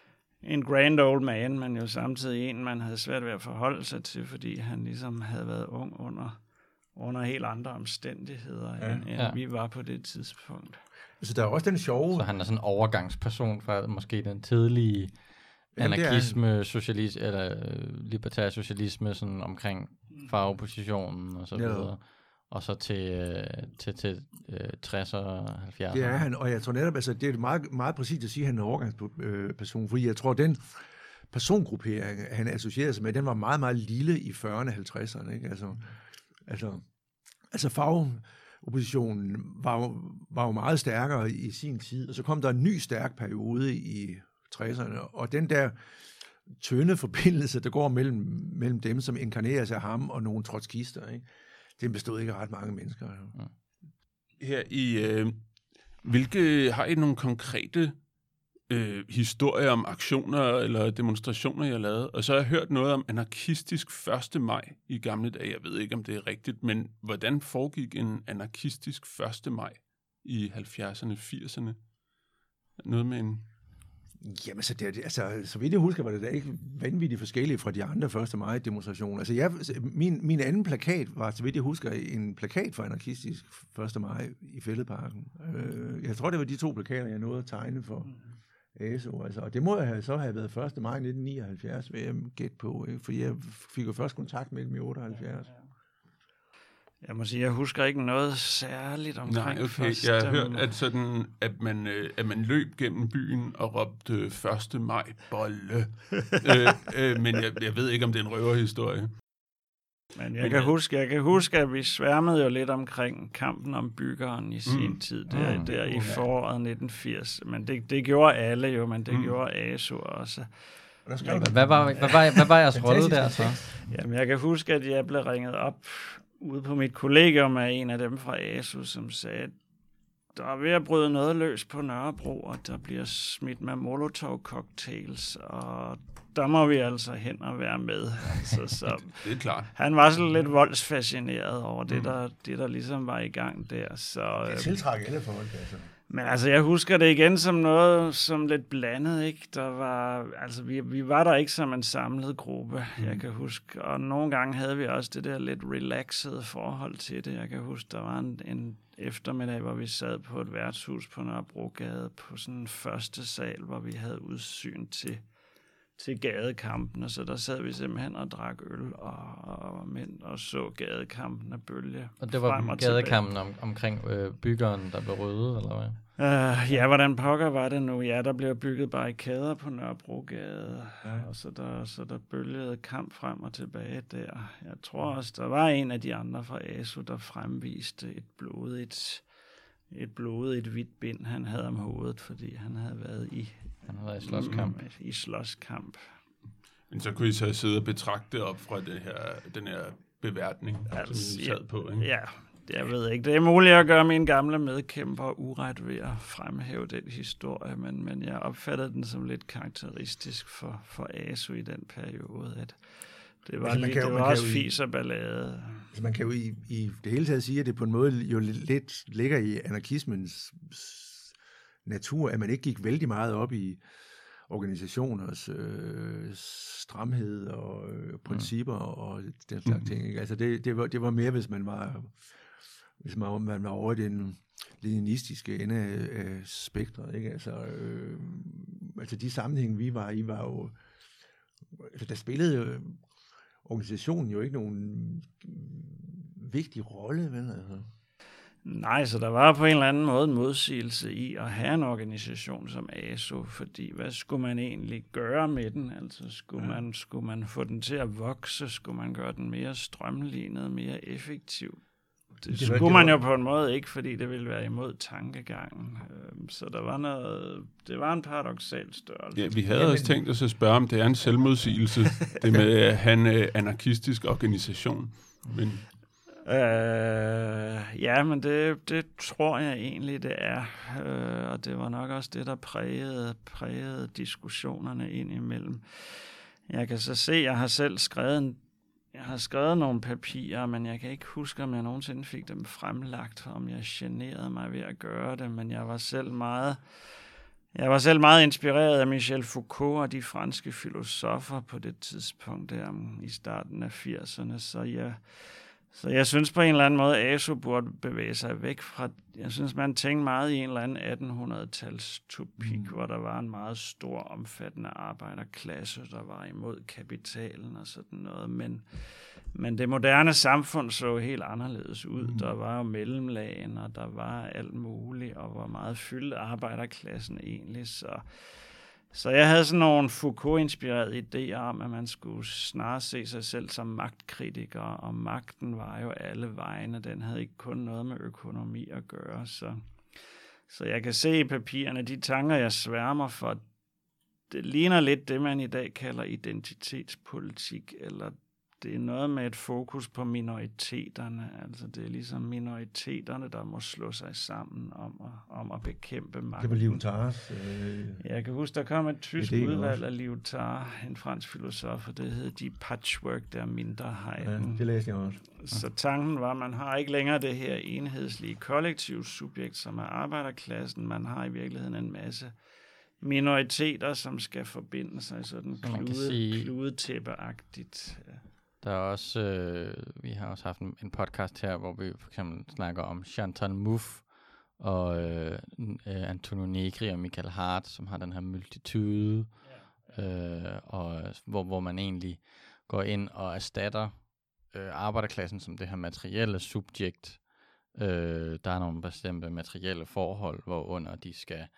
En grand old man, men jo samtidig en, man havde svært ved at forholde sig til, fordi han ligesom havde været ung under, under helt andre omstændigheder, ja. end, end ja. vi var på det tidspunkt.
Så der er også den sjove...
Så han er sådan en overgangsperson fra måske den tidlige anarkisme, socialisme, eller libertær socialisme, sådan omkring fagoppositionen og så videre. Ja. Og så til, til, til uh, tresserne og halvfjerdserne.
Det er han, og jeg tror netop, altså det er meget, meget præcist at sige, at han er en overgangsperson, fordi jeg tror, at den persongruppering, han associerede sig med, den var meget, meget lille i fyrrerne og halvtredserne. Ikke? Altså, altså, altså fagoppositionen var jo, var jo meget stærkere i sin tid, og så kom der en ny stærk periode i tresserne, og den der tynde forbindelse, der går mellem, mellem dem, som inkarnerer sig af ham, og nogle trotskister, ikke? Det bestod ikke ret mange mennesker. Ja.
Her i, øh, hvilke, har I nogle konkrete øh, historier om aktioner eller demonstrationer, I har lavet? Og så har jeg hørt noget om anarkistisk første maj i gamle dage. Jeg ved ikke, om det er rigtigt, men hvordan foregik en anarkistisk første maj i halvfjerdserne, firserne? Noget med en...
Jamen, så, det, altså, så vidt jeg husker, var det da ikke vanvittigt forskelligt fra de andre første maj-demonstrationer. Altså, jeg, min, min anden plakat var, så vidt jeg husker, en plakat for anarkistisk første maj i Fælledparken. Øh, jeg tror, det var de to plakater, jeg nåede at tegne for A S O. Altså, og det må jeg så have været første maj nitten nioghalvfjerds, vil jeg gætte på, ikke? Fordi jeg fik jo først kontakt med dem i otteoghalvfjerds.
Jeg må sige, jeg husker ikke noget særligt omkring
Nej, okay.
første
Jeg har hørt, at, sådan, at, man, øh, at man løb gennem byen og råbte første maj bolle. øh, øh, men jeg, jeg ved ikke, om det er en røverhistorie.
Men jeg, men, kan huske, jeg kan huske, at vi sværmede jo lidt omkring kampen om byggeren i sin mm, tid, der, mm, der i foråret nitten firs. Men det, det gjorde alle jo, men det mm. gjorde A S O også.
Hvad, hvad, var, hvad, var, hvad var jeres rolle der så?
Jamen, jeg kan huske, at jeg blev ringet op ude på mit kollegium af en af dem fra A S O, som sagde, der er ved at bryde noget løs på Nørrebro, og der bliver smidt med Molotov-cocktails, og der må vi altså hen og være med. Altså, så
det er klart.
Han var sådan lidt voldsfascineret over det, der, det, der ligesom var i gang der. Så,
det tiltrækker alle folk, altså.
Men altså, jeg husker det igen som noget, som lidt blandet, ikke? Der var, altså, vi, vi var der ikke som en samlet gruppe, mm. jeg kan huske. Og nogle gange havde vi også det der lidt relaxede forhold til det. Jeg kan huske, der var en, en eftermiddag, hvor vi sad på et værtshus på Nørrebrogade på sådan en første sal, hvor vi havde udsyn til, til gadekampene. Så der sad vi simpelthen og drak øl og, og mænd og så gadekampene bølge.
Og det var gadekampen om, omkring øh, byggeren, der blev ryddet, eller hvad?
Uh, ja, hvordan pokker var det nu? Ja, der blev bygget barrikader på Nørrebrogade, ja. og så der, så der bølgede kamp frem og tilbage der. Jeg tror også, der var en af de andre fra A S U, der fremviste et blodigt, et blodigt hvidt bind, han havde om hovedet, fordi han havde været i,
han havde været i slåskamp.
Mm, i slåskamp.
Men så kunne I så sidde og betragte op fra det her, den her beværtning, altså, som I sad på, ikke?
Ja, jeg ved ikke. Det er muligt at gøre mine gamle medkæmper uret ved at fremhæve den historie, men, men jeg opfattede den som lidt karakteristisk for, for A S U i den periode, at det var, altså, lige, det var også fis og ballade.
Altså, man kan jo i, i det hele taget sige, at det på en måde jo lidt ligger i anarkismens natur, at man ikke gik vældig meget op i organisationers øh, stramhed og øh, principper mm. og den slags ting. Ikke? Altså det, det, var, det var mere, hvis man var hvis man, man var over i den leninistiske ende af, af spektret. Ikke? Altså, øh, altså de sammenhænge, vi var i, var jo... Altså der spillede øh, organisationen jo ikke nogen vigtig rolle, vel? Altså.
Nej, så der var på en eller anden måde en modsigelse i at have en organisation som A S U, fordi hvad skulle man egentlig gøre med den? Altså skulle, ja. man, skulle man få den til at vokse? Skulle man gøre den mere strømlignet, mere effektiv? Det, det skulle man jo på en måde ikke, fordi det ville være imod tankegangen. Så der var noget, det var en paradoksal størrelse.
Ja, vi havde Jamen. også tænkt os at spørge, om det er en selvmodsigelse, det med at have en anarkistisk organisation. Men
Øh, ja, men det, det tror jeg egentlig, det er. Øh, og det var nok også det, der prægede, prægede diskussionerne ind imellem. Jeg kan så se, at jeg har selv skrevet, en, jeg har skrevet nogle papirer, men jeg kan ikke huske, om jeg nogensinde fik dem fremlagt, om jeg generede mig ved at gøre det, men jeg var selv meget... Jeg var selv meget inspireret af Michel Foucault og de franske filosofer på det tidspunkt der i starten af firserne, så jeg... Så jeg synes på en eller anden måde, at A S U burde bevæge sig væk fra... Jeg synes, man tænkte meget i en eller anden attenhundrede-tals topik, mm. hvor der var en meget stor, omfattende arbejderklasse, der var imod kapitalen og sådan noget. Men, men det moderne samfund så helt anderledes ud. Mm. Der var jo mellemlagen, og der var alt muligt, og hvor meget fyldte arbejderklassen egentlig, så... Så jeg havde sådan nogle Foucault-inspirerede idéer om, at man skulle snart se sig selv som magtkritiker, og magten var jo alle vegne. Den havde ikke kun noget med økonomi at gøre. Så, så jeg kan se i papirerne, de tanker, jeg sværmer for, det ligner lidt det, man i dag kalder identitetspolitik, eller det er noget med et fokus på minoriteterne. Altså det er ligesom minoriteterne, der må slå sig sammen om at, om at bekæmpe magten.
Det var Lyotard. Øh...
Jeg kan huske, der kom et tysk udvalg af Lyotard, en fransk filosof, og det hed De Patchwork der Minderheiten.
Ja, det læste jeg også.
Ja. Så tanken var, at man har ikke længere det her enhedslige kollektivsubjekt, som er arbejderklassen. Man har i virkeligheden en masse minoriteter, som skal forbinde sig sådan klude, sige... kludetæppeagtigt. Ja.
Der er også, øh, vi har også haft en, en podcast her, hvor vi for eksempel snakker om Chantal Mouffe og øh, øh, Antonio Negri og Michael Hart, som har den her multitude, ja. øh, og hvor, hvor man egentlig går ind og erstatter øh, arbejderklassen som det her materielle subjekt. Øh, der er nogle bestemte materielle forhold, hvorunder de skal,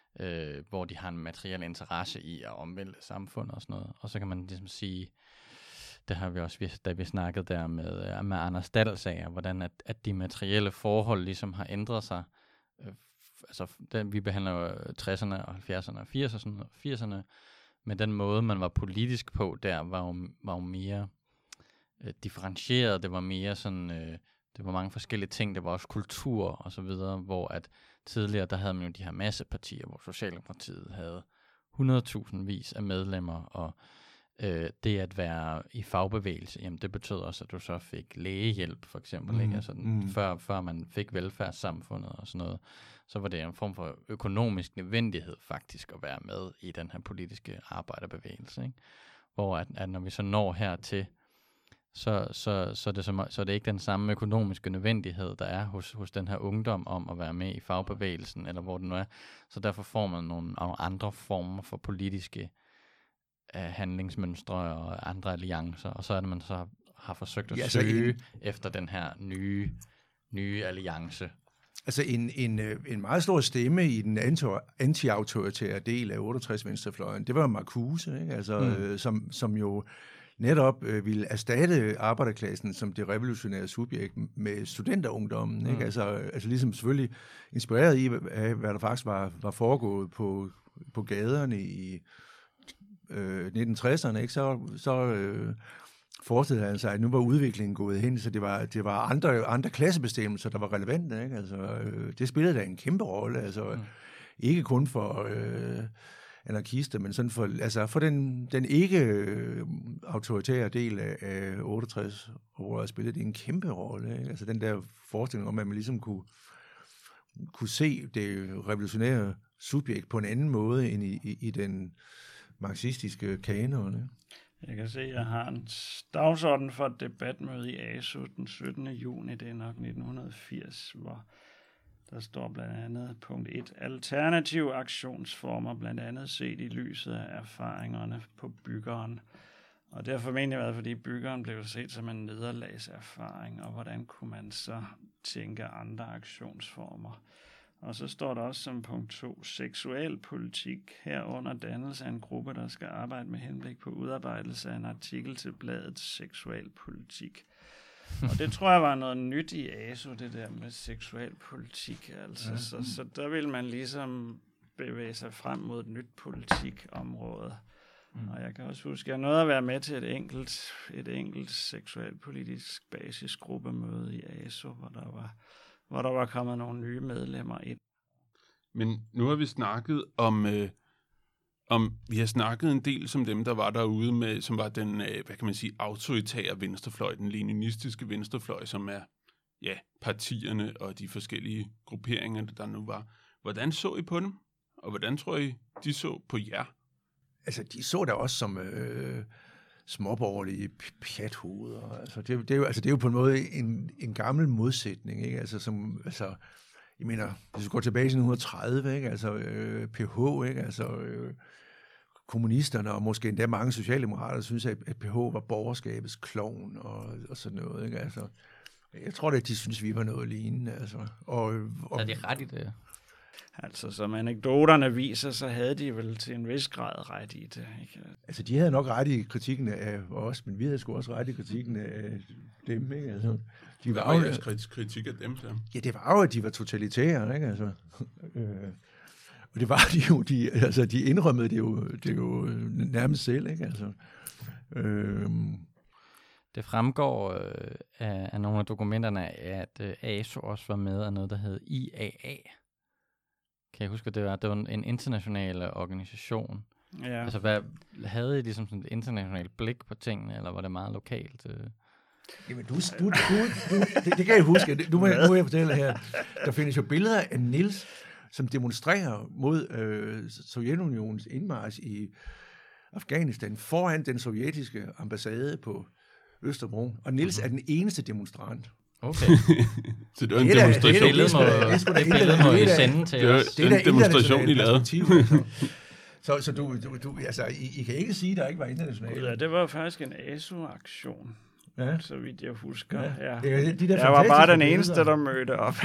øh, hvor de har en materiel interesse i at omvælte samfundet og sådan noget. Og så kan man ligesom sige, det har vi også, da vi snakkede der med, med Anders Dahlsager, hvordan at, at de materielle forhold ligesom har ændret sig. Øh, altså, den, vi behandler jo tresserne og halvfjerdserne og firserne, firserne, men den måde, man var politisk på der, var jo, var jo mere øh, differentieret. Det var mere sådan, øh, det var mange forskellige ting. Det var også kultur og så videre, hvor at tidligere, der havde man jo de her massepartier, hvor Socialdemokratiet havde hundredtusind vis af medlemmer, og øh, det at være i fagbevægelse, jamen det betød også, at du så fik lægehjælp, for eksempel, mm. ikke? Altså, mm. før, før man fik velfærdssamfundet og sådan noget, så var det en form for økonomisk nødvendighed faktisk at være med i den her politiske arbejderbevægelse, ikke? Hvor at, at når vi så når hertil, så, så, så, er det så, så er det ikke den samme økonomiske nødvendighed, der er hos, hos den her ungdom om at være med i fagbevægelsen, eller hvor det nu er. Så derfor får man nogle andre former for politiske uh, handlingsmønstre og andre alliancer, og så er det, man så har forsøgt at ja, søge en... efter den her nye, nye alliance.
Altså en, en, en meget stor stemme i den anti-autoritære del af otteogtres-venstrefløjen, det var Marcuse, ikke? Altså, mm. øh, som, som jo netop øh, ville erstatte arbejderklassen som det revolutionære subjekt med studenterungdommen. Ikke? Mm. Altså, altså ligesom selvfølgelig inspireret i, af, hvad der faktisk var, var foregået på, på gaderne i øh, nitten tresserne, ikke? Så, så øh, forestillede han sig, at nu var udviklingen gået hen, så det var, det var andre, andre klassebestemmelser, der var relevante. Ikke? Altså, øh, det spillede da en kæmpe rolle. Altså, mm. Ikke kun for... Øh, anarkister, men sådan for, altså for den, den ikke øh, autoritære del af, af otteogtres år spillede det en kæmpe rolle. Ikke? Altså den der forestilling om, at man ligesom kunne, kunne se det revolutionære subjekt på en anden måde end i, i, i den marxistiske kanon. Ikke?
Jeg kan se, at jeg har en dagsorden for et debatmøde i A S O den syttende juni, det er nok nitten firs, hvor der står blandt andet punkt et. Alternative aktionsformer, blandt andet set i lyset af erfaringerne på byggeren. Og det har formentlig været, fordi byggeren blev set som en nederlagserfaring, og hvordan kunne man så tænke andre aktionsformer. Og så står der også som punkt to, seksualpolitik, herunder dannelse af en gruppe, der skal arbejde med henblik på udarbejdelse af en artikel til bladet Seksualpolitik. Og det tror jeg var noget nyt i A S O, det der med seksualpolitik. Altså. Ja. Så, så der vil man ligesom bevæge sig frem mod et nyt politikområde. Mm. Og jeg kan også huske, at jeg nåede at være med til et enkelt, et enkelt seksualpolitisk basisgruppemøde i A S O, hvor der var, hvor der var kommet nogle nye medlemmer ind.
Men nu har vi snakket om... Øh Om, vi har snakket en del som dem, der var derude med, som var den, hvad kan man sige, autoritære venstrefløj, den leninistiske venstrefløj, som er, ja, partierne og de forskellige grupperinger, der nu var. Hvordan så I på dem? Og hvordan tror I, de så på jer?
Altså, de så da også som øh, småborgerlige pjathoveder. Altså det, det, er jo, altså, det er jo på en måde en, en gammel modsætning, ikke? Altså, som, altså, jeg mener, hvis vi går tilbage til nitten tredive, ikke? Altså, øh, P H, ikke? Altså, øh, kommunisterne og måske endda mange socialdemokrater synes, at, at P H var borgerskabets klovn og, og sådan noget, ikke? Altså, jeg tror da, at de synes, vi var noget lignende, altså. Og, og,
er det ret i det?
Altså, som anekdoterne viser, så havde de vel til en vis grad ret i det, ikke?
Altså, de havde nok ret i kritikken af os, men vi havde sgu også ret i kritikken af dem, ikke? Altså,
de var jo jeres kritik af dem, så.
Ja, det var jo, at de var totalitære, ikke? Altså, øh, og det var de jo, de, altså, de indrømmede det jo, det jo nærmest selv, ikke? Altså, øh,
det fremgår øh, af, af nogle af dokumenterne, at øh, A S O også var med af noget, der hed I A A. Kan jeg huske, at det var, det var en international organisation.
Ja. Altså,
hvad, havde I ligesom sådan et internationalt blik på tingene, eller var det meget lokalt? Øh?
Jamen, du, du, du, du det, det kan jeg huske. Nu må, jeg, nu må jeg fortælle her. Der findes jo billeder af Niels, som demonstrerer mod øh, Sovjetunionens indmarch i Afghanistan foran den sovjetiske ambassade på Østerbro. Og Niels mm-hmm. er den eneste demonstrant.
Okay.
Så det var en det demonstration.
Det billede må I sende til os.
Det er en demonstration, I lavede.
Så, så du, du, du, altså, I, I kan ikke sige, at der ikke var internationalt.
Ja, det var faktisk en A S O-aktion. Ja. Så vidt jeg husker. Ja. Ja.
Ja, de der
jeg var bare den eneste, der mødte op.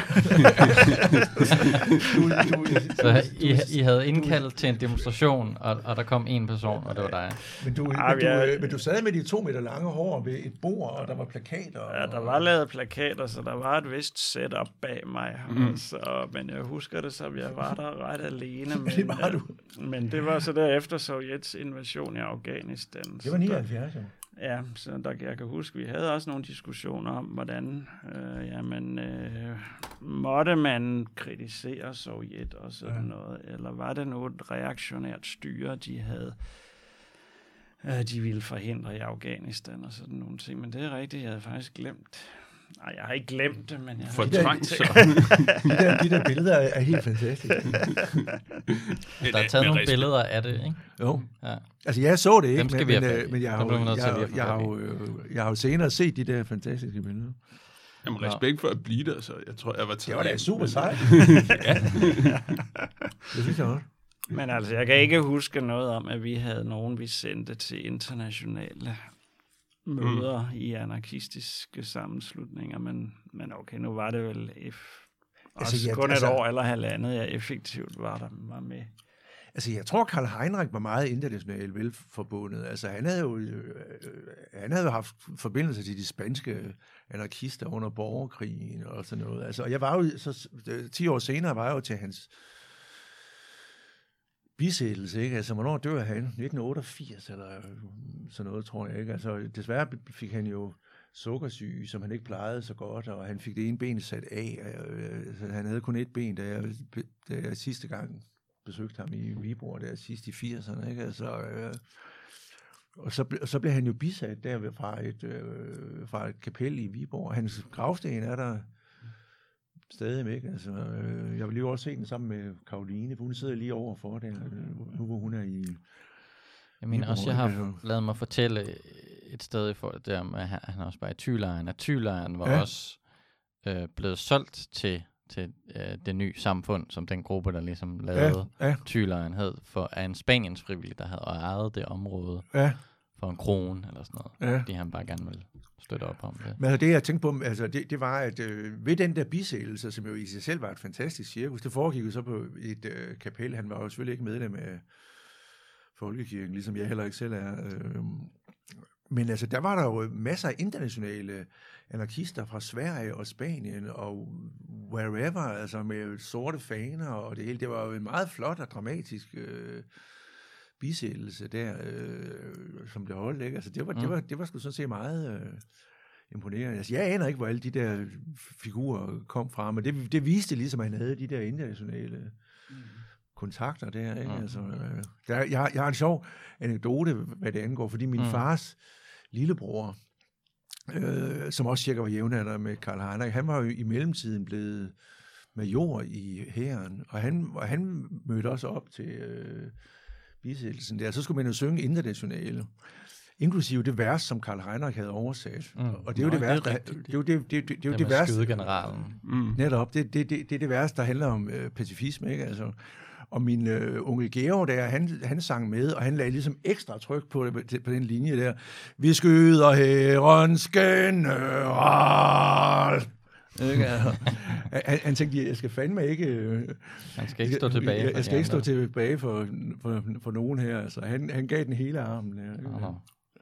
du, du, så I, I havde indkaldt til en demonstration, og, og der kom en person, og det var dig.
Men du, ah, men, du, jeg, men du sad med de to meter lange hår ved et bord, og der var plakater. Og,
ja, der var lavet plakater, så der var et vist setup bag mig. Mm. Så, men jeg husker det, som jeg var der ret alene. Men
det var du.
Men det var så derefter Sovjets invasion i Afghanistan.
Det var nioghalvfjerds, ja.
Ja, så der, jeg kan huske, vi havde også nogle diskussioner om, hvordan øh, jamen, øh, måtte man kritisere Sovjet og sådan ja. noget, eller var det nu et reaktionært styre, de havde, øh, de ville forhindre i Afghanistan og sådan nogle ting, men det er rigtigt, jeg havde faktisk glemt. Nej, jeg har ikke glemt det, men jeg har...
Fortrængt så.
de, der, de der billeder er helt fantastiske.
Der er taget nogle billeder af det, ikke?
Jo.
Ja.
Altså, jeg så det ikke,
Dem skal
men,
vi
men, men jeg har, jo, jeg, jeg, jeg, har jo, jeg har jo senere set de der fantastiske billeder.
Jamen, respekt for at blive der, så jeg tror, jeg var taget.
Det var da super sejt.
Ja.
Det synes jeg også.
Men altså, jeg kan ikke huske noget om, at vi havde nogen, vi sendte til internationale møder mm. i anarkistiske sammenslutninger, men, men okay, nu var det vel F, altså, også ja, kun altså, et år eller halvandet, jeg effektivt var der var med.
Altså, jeg tror, Karl Heinrich var meget internationalt velforbundet. Altså, han havde jo øh, han havde haft forbindelse til de spanske anarkister under borgerkrigen og sådan noget. Altså, jeg var jo, så ti år senere var jeg jo til hans bisættelse, ikke? Altså, hvornår dør han? nitten otteogfirs eller sådan noget, tror jeg, ikke? Altså, desværre fik han jo sukkersyge, som han ikke plejede så godt, og han fik det ene ben sat af. Så han havde kun et ben, da jeg, da jeg sidste gang besøgte ham i Viborg, der sidst i firserne, ikke? Altså, øh, og, så, og så blev han jo bisat der fra et, øh, fra et kapel i Viborg. Hans gravsten er der stadig væk. Altså, øh, jeg vil lige også se den sammen med Karoline, for hun sidder lige overfor der, nu hvor hun er i...
Jeg mener også, jeg har lavet mig fortælle et sted i forhold til, at han, han er også bare i Thylejren, at Thylejren var ja. også øh, blevet solgt til, til øh, det nye samfund, som den gruppe, der ligesom lavede ja. Ja. Thylejren, hed for af en Spaniens frivillig, der havde ejet det område ja. for en krone eller sådan noget, ja. fordi han bare gerne ville støtte op om det.
Men altså det, jeg tænkte på, altså det, det var, at øh, ved den der bisættelse, som jo i sig selv var et fantastisk cirkus, det foregik jo så på et øh, kapel. Han var jo selvfølgelig ikke medlem af Folkekirken, ligesom jeg heller ikke selv er. Øh, men altså, der var der jo masser af internationale anarkister fra Sverige og Spanien og wherever, altså med sorte faner og det hele. Det var jo en meget flot og dramatisk øh, bisættelse der, øh, som det holdt, ikke? Altså, det var, mm. det var, det var sgu sådan set meget øh, imponerende. Altså, jeg aner ikke, hvor alle de der figurer kom fra, men det, det viste ligesom, at han havde de der internationale mm. kontakter der, ikke? Mm. Altså, øh, der, jeg, jeg har en sjov anekdote, hvad det angår, fordi min mm. fars lillebror, øh, som også cirka var jævnaldrende med Karl Heinrich, han var jo i mellemtiden blevet major i hæren, og han, og han mødte også op til øh, bisættelsen der. Så skulle man jo synge internationale, inklusive det vers, som Karl Heinrich havde oversat. Mm. Og det er jo Nå, det vers, der, det er jo det, det, det, det, det, det vers,
skydegeneralen.
Mm. Netop, det, det, det, det er det vers, der handler om øh, pacifisme, ikke? Altså, og min øh, onkel Georg der, han, han sang med, og han lagde ligesom ekstra tryk på, det, på den linje der. Vi skyder herrens general. han, han tænkte, jeg skal fandme ikke... Øh,
han skal ikke stå tilbage.
Jeg, jeg skal ikke stå tilbage for, for, for nogen her. Altså, han, han gav den hele armen. Der,
uh-huh.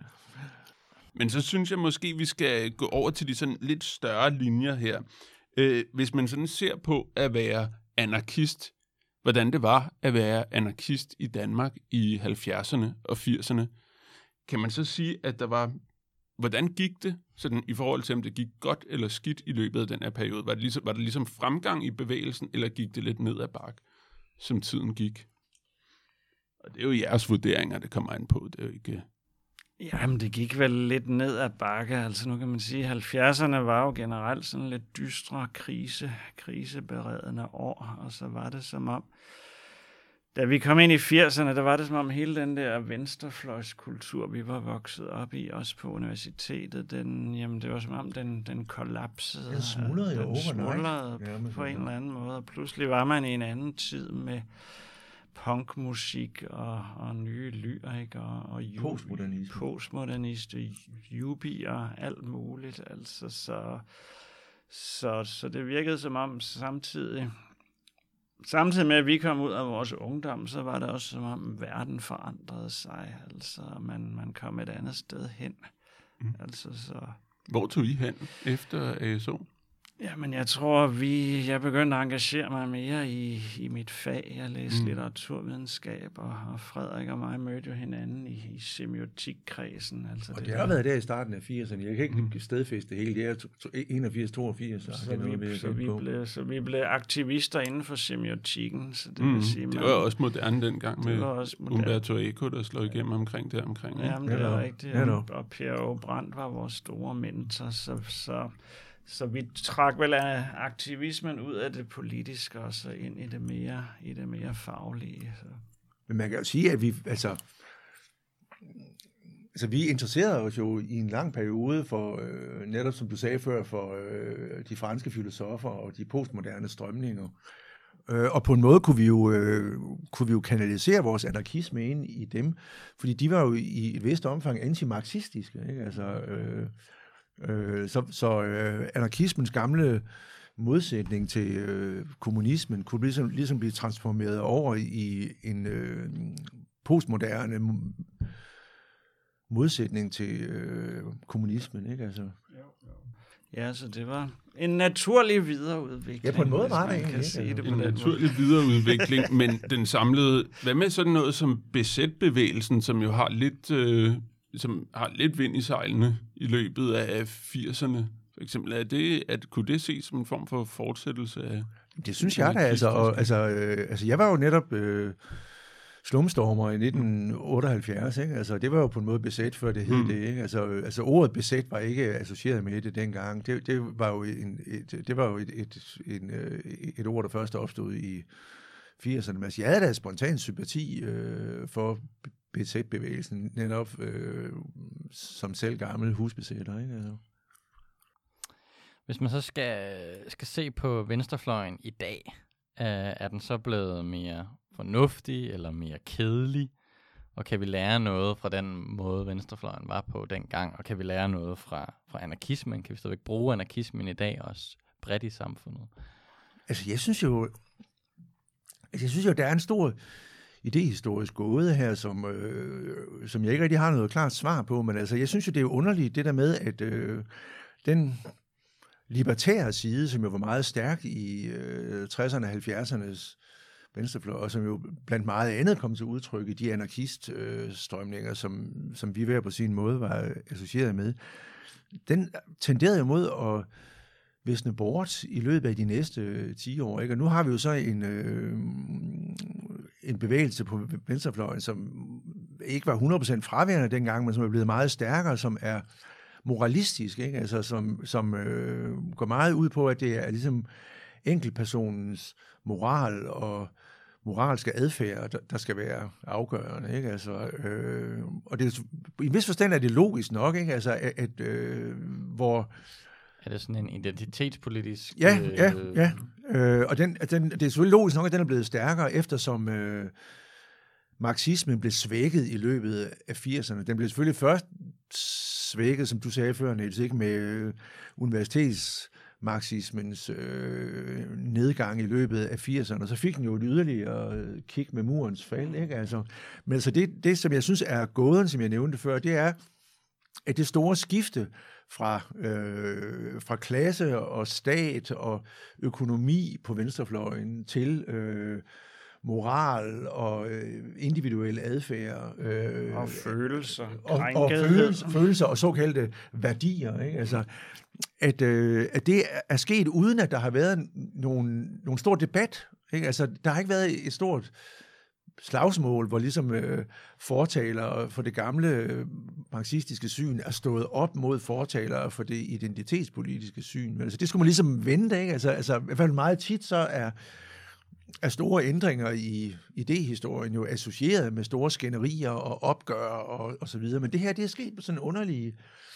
Men så synes jeg måske, vi skal gå over til de sådan lidt større linjer her. Øh, hvis man sådan ser på at være anarkist, hvordan det var at være anarkist i Danmark i halvfjerdserne og firserne, kan man så sige, at der var... Hvordan gik det, sådan i forhold til, om det gik godt eller skidt i løbet af den her periode? Var det ligesom, var det ligesom fremgang i bevægelsen, eller gik det lidt ned ad bakke, som tiden gik? Og det er jo jeres vurderinger, det kommer an på. Det er jo ikke...
Jamen, det gik vel lidt ned ad bakke. Altså nu kan man sige, at halvfjerdserne var jo generelt sådan lidt dystre, krise, kriseberedende år, og så var det som om, da vi kom ind i firserne, der var det som om hele den der venstrefløjskultur, vi var vokset op i, også på universitetet, den, jamen det var som om, den, den kollapsede.
Den smuldrede jo overnight.
Smuldrede ja, på en eller anden måde, og pludselig var man i en anden tid med punkmusik og, og nye lyrik og, og ju-
postmodernisme,
postmoderniste, jubi og alt muligt. Altså, så, så, så det virkede som om samtidig, samtidig med at vi kom ud af vores ungdom, så var det også som om verden forandrede sig. Altså man, man kom et andet sted hen. Mm. Altså, så...
Hvor tog I hen efter A S O?
Ja, men jeg tror, vi, jeg begyndte at engagere mig mere i, i mit fag. Jeg læste mm. litteraturvidenskab, og, og Frederik og mig mødte jo hinanden i, i semiotikkredsen. Altså
og
det,
det har været der i starten af firserne. Jeg kan ikke mm. stedfæste hele det. Er enogfirs toogfirs. Så, så, vi,
så, vi blev, så vi blev aktivister inden for semiotikken. Så det,
mm.
vil sige,
det
man,
var også moderne dengang med
moderne.
Umberto Eco, der slog igennem omkring det omkring.
Ja, men det
ja,
er rigtigt.
Ja,
og Per Aage Brandt var vores store mentor, så... så Så vi trak vel af aktivismen ud af det politiske og så ind i det mere, i det mere faglige. Så.
Men man kan jo sige, at vi, altså, altså vi interesserede os jo i en lang periode for, øh, netop som du sagde før, for øh, de franske filosofer og de postmoderne strømninger. Øh, og på en måde kunne vi, jo, øh, kunne vi jo kanalisere vores anarkisme ind i dem, fordi de var jo i et vist omfang antimarxistiske, ikke? Altså... Øh, Øh, så så øh, anarkismens gamle modsætning til øh, kommunismen kunne ligesom, ligesom blive transformeret over i en øh, postmoderne modsætning til øh, kommunismen, ikke? Altså.
Ja, så det var en naturlig videreudvikling.
Ja, på en måde var det
egentlig.
Sige
det
en naturlig måde. videreudvikling, men den samlede... Hvad med sådan noget som B Z-bevægelsen, som jo har lidt... Øh, som har lidt vind i sejlene i løbet af firserne, for eksempel. Er det, at, kunne det ses som en form for fortsættelse af...
Det synes jeg da, altså. Og, altså, øh, altså jeg var jo netop øh, slumstormer i nitten otteoghalvfjerds, ikke? Altså, det var jo på en måde B Z, før det hed mm. det, ikke? Altså, altså ordet B Z var ikke associeret med det dengang. Det, det var jo, en, et, det var jo et, et, en, et ord, der først opstod i firserne. Men altså, jeg havde da spontan sympati øh, for B Z-bevægelsen, netop øh, som selv gammel husbesætter, ikke? Altså.
Hvis man så skal, skal se på venstrefløjen i dag, øh, er den så blevet mere fornuftig eller mere kedelig? Og kan vi lære noget fra den måde, venstrefløjen var på dengang? Og kan vi lære noget fra, fra anarkismen? Kan vi stadigvæk bruge anarkismen i dag også bredt i samfundet?
Altså, jeg synes jo, altså, jeg synes jo, der er en stor idehistorisk gåde her, som, øh, som jeg ikke rigtig har noget klart svar på, men altså, jeg synes jo, det er jo underligt, det der med, at øh, den libertære side, som jo var meget stærk i øh, tresserne og halvfjerdsernes venstrefløj, og som jo blandt meget andet kom til udtryk i de anarkiststrømninger, øh, som, som vi hver på sin måde var associeret med, den tenderede jo mod at visne bort i løbet af de næste ti år. Ikke? Og nu har vi jo så en, øh, en bevægelse på venstrefløjen, som ikke var hundrede procent fraværende dengang, men som er blevet meget stærkere, som er moralistisk, ikke? Altså, som, som øh, går meget ud på, at det er ligesom enkeltpersonens moral og moralske adfærd, der, der skal være afgørende, ikke? Altså, øh, og det er, i en vis forstand er det logisk nok, ikke? Altså, at, at øh, hvor
er det sådan en identitetspolitisk...
Ja, øh, ja, ja. Øh, og den, den, det er selvfølgelig logisk nok, at den er blevet stærkere, eftersom øh, marxismen blev svækket i løbet af firserne. Den blev selvfølgelig først svækket, som du sagde før, Niels, ikke, med øh, universitetsmarxismens øh, nedgang i løbet af firserne, og så fik den jo et yderligere kick med murens fald, ikke? Altså, men altså det, det, som jeg synes er gåden, som jeg nævnte før, det er, at det store skifte fra, øh, fra klasse og stat og økonomi på venstrefløjen til øh, moral og øh, individuel adfærd. Øh,
og følelser.
Og, og følelser, følelser og såkaldte værdier. Ikke? Altså, at, øh, at det er sket uden, at der har været nogen, nogen stor debat. Ikke? Altså, der har ikke været et stort slagsmål, hvor ligesom øh, fortalere for det gamle øh, marxistiske syn er stået op mod fortalere for det identitetspolitiske syn. Men altså, det skulle man ligesom vente, ikke? Altså, altså, i hvert fald meget tit så er, er store ændringer i idéhistorien jo associeret med store skænderier og opgør og, og så videre. Men det her, det er sket på sådan en underlig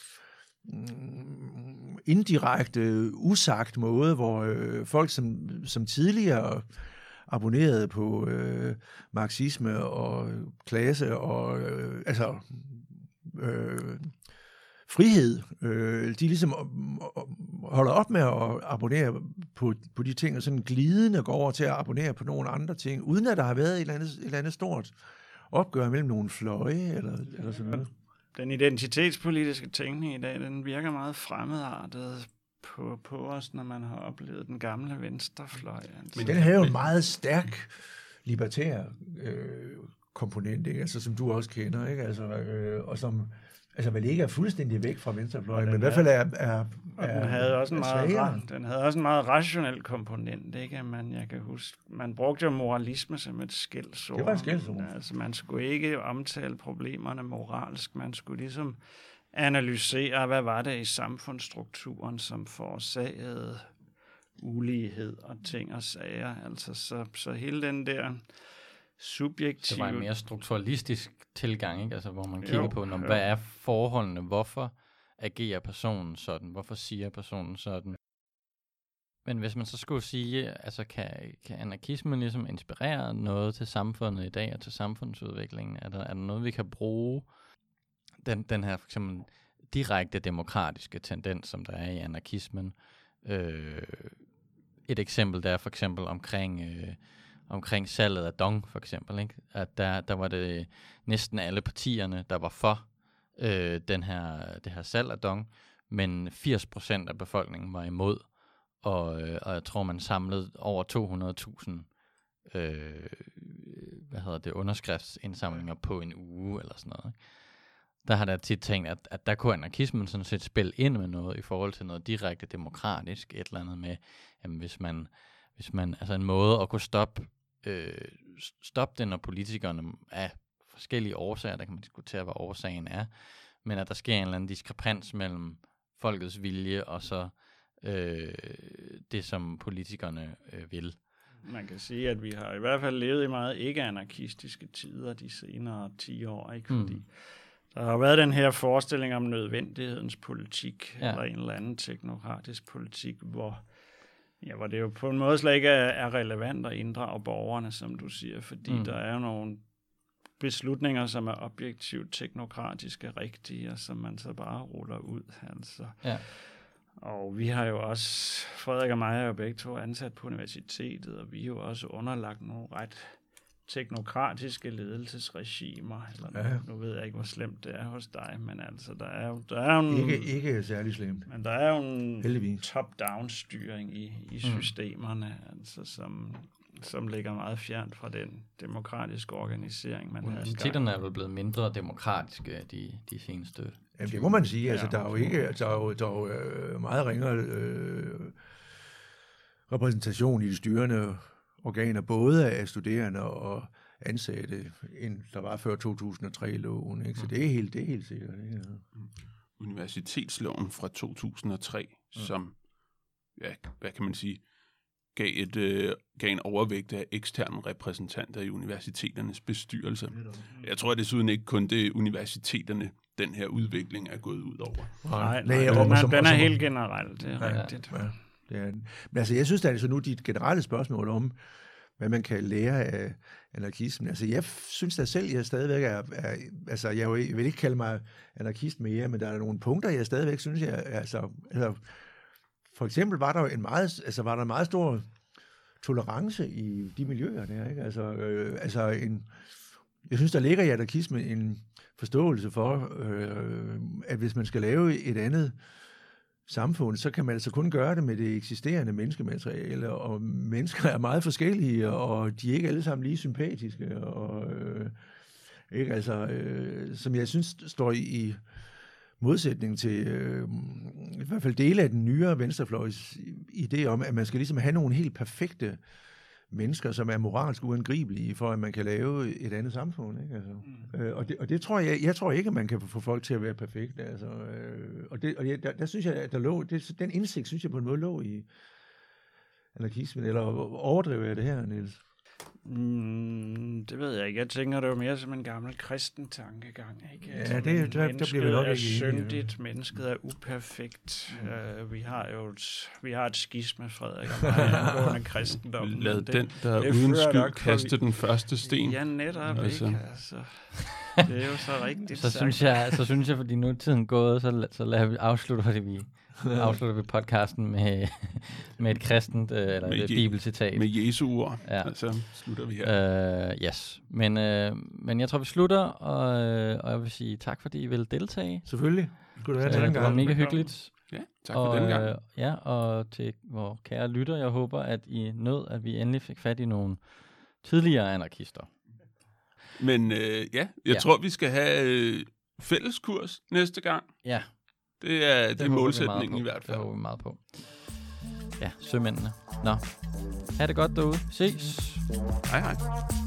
mm, indirekte, usagt måde, hvor øh, folk, som, som tidligere abonnerede på øh, marxisme og klasse og øh, altså øh, frihed. Øh, de ligesom holder op med at abonnere på, på de ting, og sådan glidende går over til at abonnere på nogle andre ting, uden at der har været et eller andet, et eller andet stort opgør mellem nogle fløje eller, eller sådan noget.
Den identitetspolitiske tænkning i dag, den virker meget fremmedartet på, på os, når man har oplevet den gamle venstrefløj. Altså.
Men den havde jo en meget stærk libertær øh, komponent, ikke? Altså, som du også kender, ikke? Altså, øh, og som altså vel ikke er fuldstændig væk fra venstrefløjen, men i hvert fald er, er,
er den havde også en meget, den havde også en meget rationel komponent, ikke? Man, jeg kan huske, man brugte jo moralisme som et skældsord.
Det var et skældsord.
Altså, man skulle ikke omtale problemerne moralsk, man skulle ligesom analysere, hvad var det i samfundsstrukturen, som forårsagede ulighed og ting og sager. Altså, så, så hele den der subjektive...
Det var en mere strukturalistisk tilgang, ikke? Altså, hvor man kigger
jo,
på, når,
jo.
hvad er forholdene, hvorfor agerer personen sådan, hvorfor siger personen sådan. Men hvis man så skulle sige, altså kan, kan anarkismen ligesom inspirere noget til samfundet i dag og til samfundsudviklingen? Er der, er der noget, vi kan bruge den, den her for eksempel direkte demokratiske tendens, som der er i anarkismen? Øh, et eksempel der er for eksempel omkring... Øh, omkring salget af Dong, for eksempel, ikke? At der, der var det næsten alle partierne, der var for øh, den her, det her salg af Dong, men firs procent af befolkningen var imod, og, øh, og jeg tror, man samlede over to hundrede tusind øh, hvad hedder det, underskriftsindsamlinger på en uge, eller sådan noget, ikke? Der har der tit tænkt, at, at der kunne anarkismen sådan set spille ind med noget, i forhold til noget direkte demokratisk, et eller andet med, jamen, hvis man, hvis man, altså en måde at kunne stoppe Øh, stoppe det, når politikerne af forskellige årsager, der kan man diskutere, hvad årsagen er, men at der sker en eller anden diskrepans mellem folkets vilje og så øh, det, som politikerne øh, vil.
Man kan sige, at vi har i hvert fald levet i meget ikke-anarkistiske tider de senere ti år, ikke? Fordi mm. der har været den her forestilling om nødvendighedens politik, ja. Eller en eller anden teknokratisk politik, hvor Ja, hvor det jo på en måde slet ikke er, er relevant at inddrage borgerne, som du siger, fordi mm. der er jo nogle beslutninger, som er objektivt teknokratiske rigtige, og som man så bare ruller ud. Altså.
Ja.
Og vi har jo også, Frederik og mig er jo begge to ansat på universitetet, og vi er jo også underlagt nogle ret teknokratiske ledelsesregimer. Eller ja. nu, nu ved jeg ikke, hvor slemt det er hos dig, men altså, der er jo, der er jo en,
ikke, ikke særlig slemt.
Men der er jo en
Heldigvis.
top-down-styring i, i systemerne, mm. altså, som, som ligger meget fjernt fra den demokratiske organisering, man har.
Universiteterne er vel blevet mindre demokratiske de, de seneste...
Jamen, det må man sige. Altså, der er jo ikke, der er jo, der er jo øh, meget ringere øh, repræsentation i de styrende organer, både af studerende og ansatte, end der var før to tusind og tre-loven. Ikke? Så det er helt, det er helt sikkert. Ikke?
Universitetsloven fra to tusind og tre, ja. Som, ja, hvad kan man sige, gav, et, øh, gav en overvægt af eksterne repræsentanter i universiteternes bestyrelse. Jeg tror desuden ikke kun det universiteterne, den her udvikling er gået ud over.
Nej, nej, nej den, er, den er helt generelt, det er ja, rigtigt. Ja.
Det er, men altså, jeg synes, der er så nu dit generelle spørgsmål om, hvad man kan lære af anarkismen. Altså, jeg synes da selv, jeg stadigvæk er, er altså, jeg vil ikke kalde mig anarkist mere, men der er nogle punkter, jeg stadigvæk synes, jeg, altså, altså for eksempel var der jo en meget, altså, var der en meget stor tolerance i de miljøer der, ikke? Altså, øh, altså en, jeg synes, der ligger i anarkismen en forståelse for, øh, at hvis man skal lave et andet samfund, så kan man altså kun gøre det med det eksisterende menneskemateriale, og mennesker er meget forskellige, og de er ikke alle sammen lige sympatiske, og øh, ikke, altså, øh, som jeg synes står i, i modsætning til øh, i hvert fald dele af den nyere venstrefløjs idé om, at man skal ligesom have nogle helt perfekte mennesker, som er moralsk uangribelige, for at man kan lave et andet samfund. Ikke? Altså, mm. øh, og, det, og det tror jeg, jeg tror ikke, at man kan få folk til at være perfekte. Altså, øh, og det, og det, der, der synes jeg, at der lå, det, den indsigt, synes jeg på en måde lå i anarkismen, eller overdriver jeg det her, Niels?
Mm, det ved jeg ikke. Jeg tænker, det er jo mere som en gammel kristen tankegang. Ikke?
Ja, det, der, der, der bliver vi nok
er
ikke
syndigt, mennesket er uperfekt. Mm. Uh, vi har jo et, vi har et skisme, Frederik, og mig angående kristendom.
Lad den, der er uden skyld, kaste den første sten.
Ja, netop altså. Ikke. Altså, det er jo så rigtigt
så synes jeg, så synes jeg, fordi nu er tiden gået, så, så lad vi afslutte det, vi afslutter vi podcasten med, med et kristent, øh, eller med et bibelcitat.
Med Jesu ord,
ja.
Altså slutter vi her.
Uh, yes, men, uh, men jeg tror, vi slutter, og, og jeg vil sige tak, fordi I vil deltage.
Selvfølgelig.
Det, det var mega hyggeligt.
Ja, tak
og,
for den gang.
Øh, ja, og til vores kære lytter, jeg håber, at I nød, at vi endelig fik fat i nogle tidligere anarkister.
Men øh, ja, jeg
Ja.
tror, vi skal have øh, fælleskurs næste gang.
Ja,
Det er, det er
håber vi meget
målsætningen
på.
i hvert fald.
Det håber vi meget på. Ja, sømændene. Nå, ha' det godt derude. Ses.
Hej hej.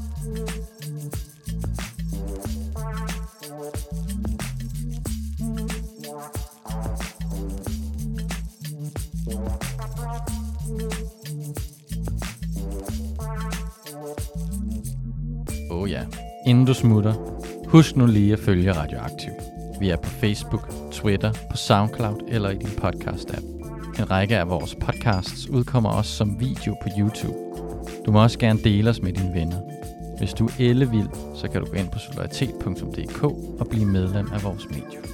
Åh oh ja. Inden du smutter, husk nu lige at følge Radioaktiv. Vi er på Facebook, Twitter, på SoundCloud eller i din podcast-app. En række af vores podcasts udkommer også som video på YouTube. Du må også gerne dele os med dine venner. Hvis du er ellevild, så kan du gå ind på solidaritet punktum d k og blive medlem af vores mediehus.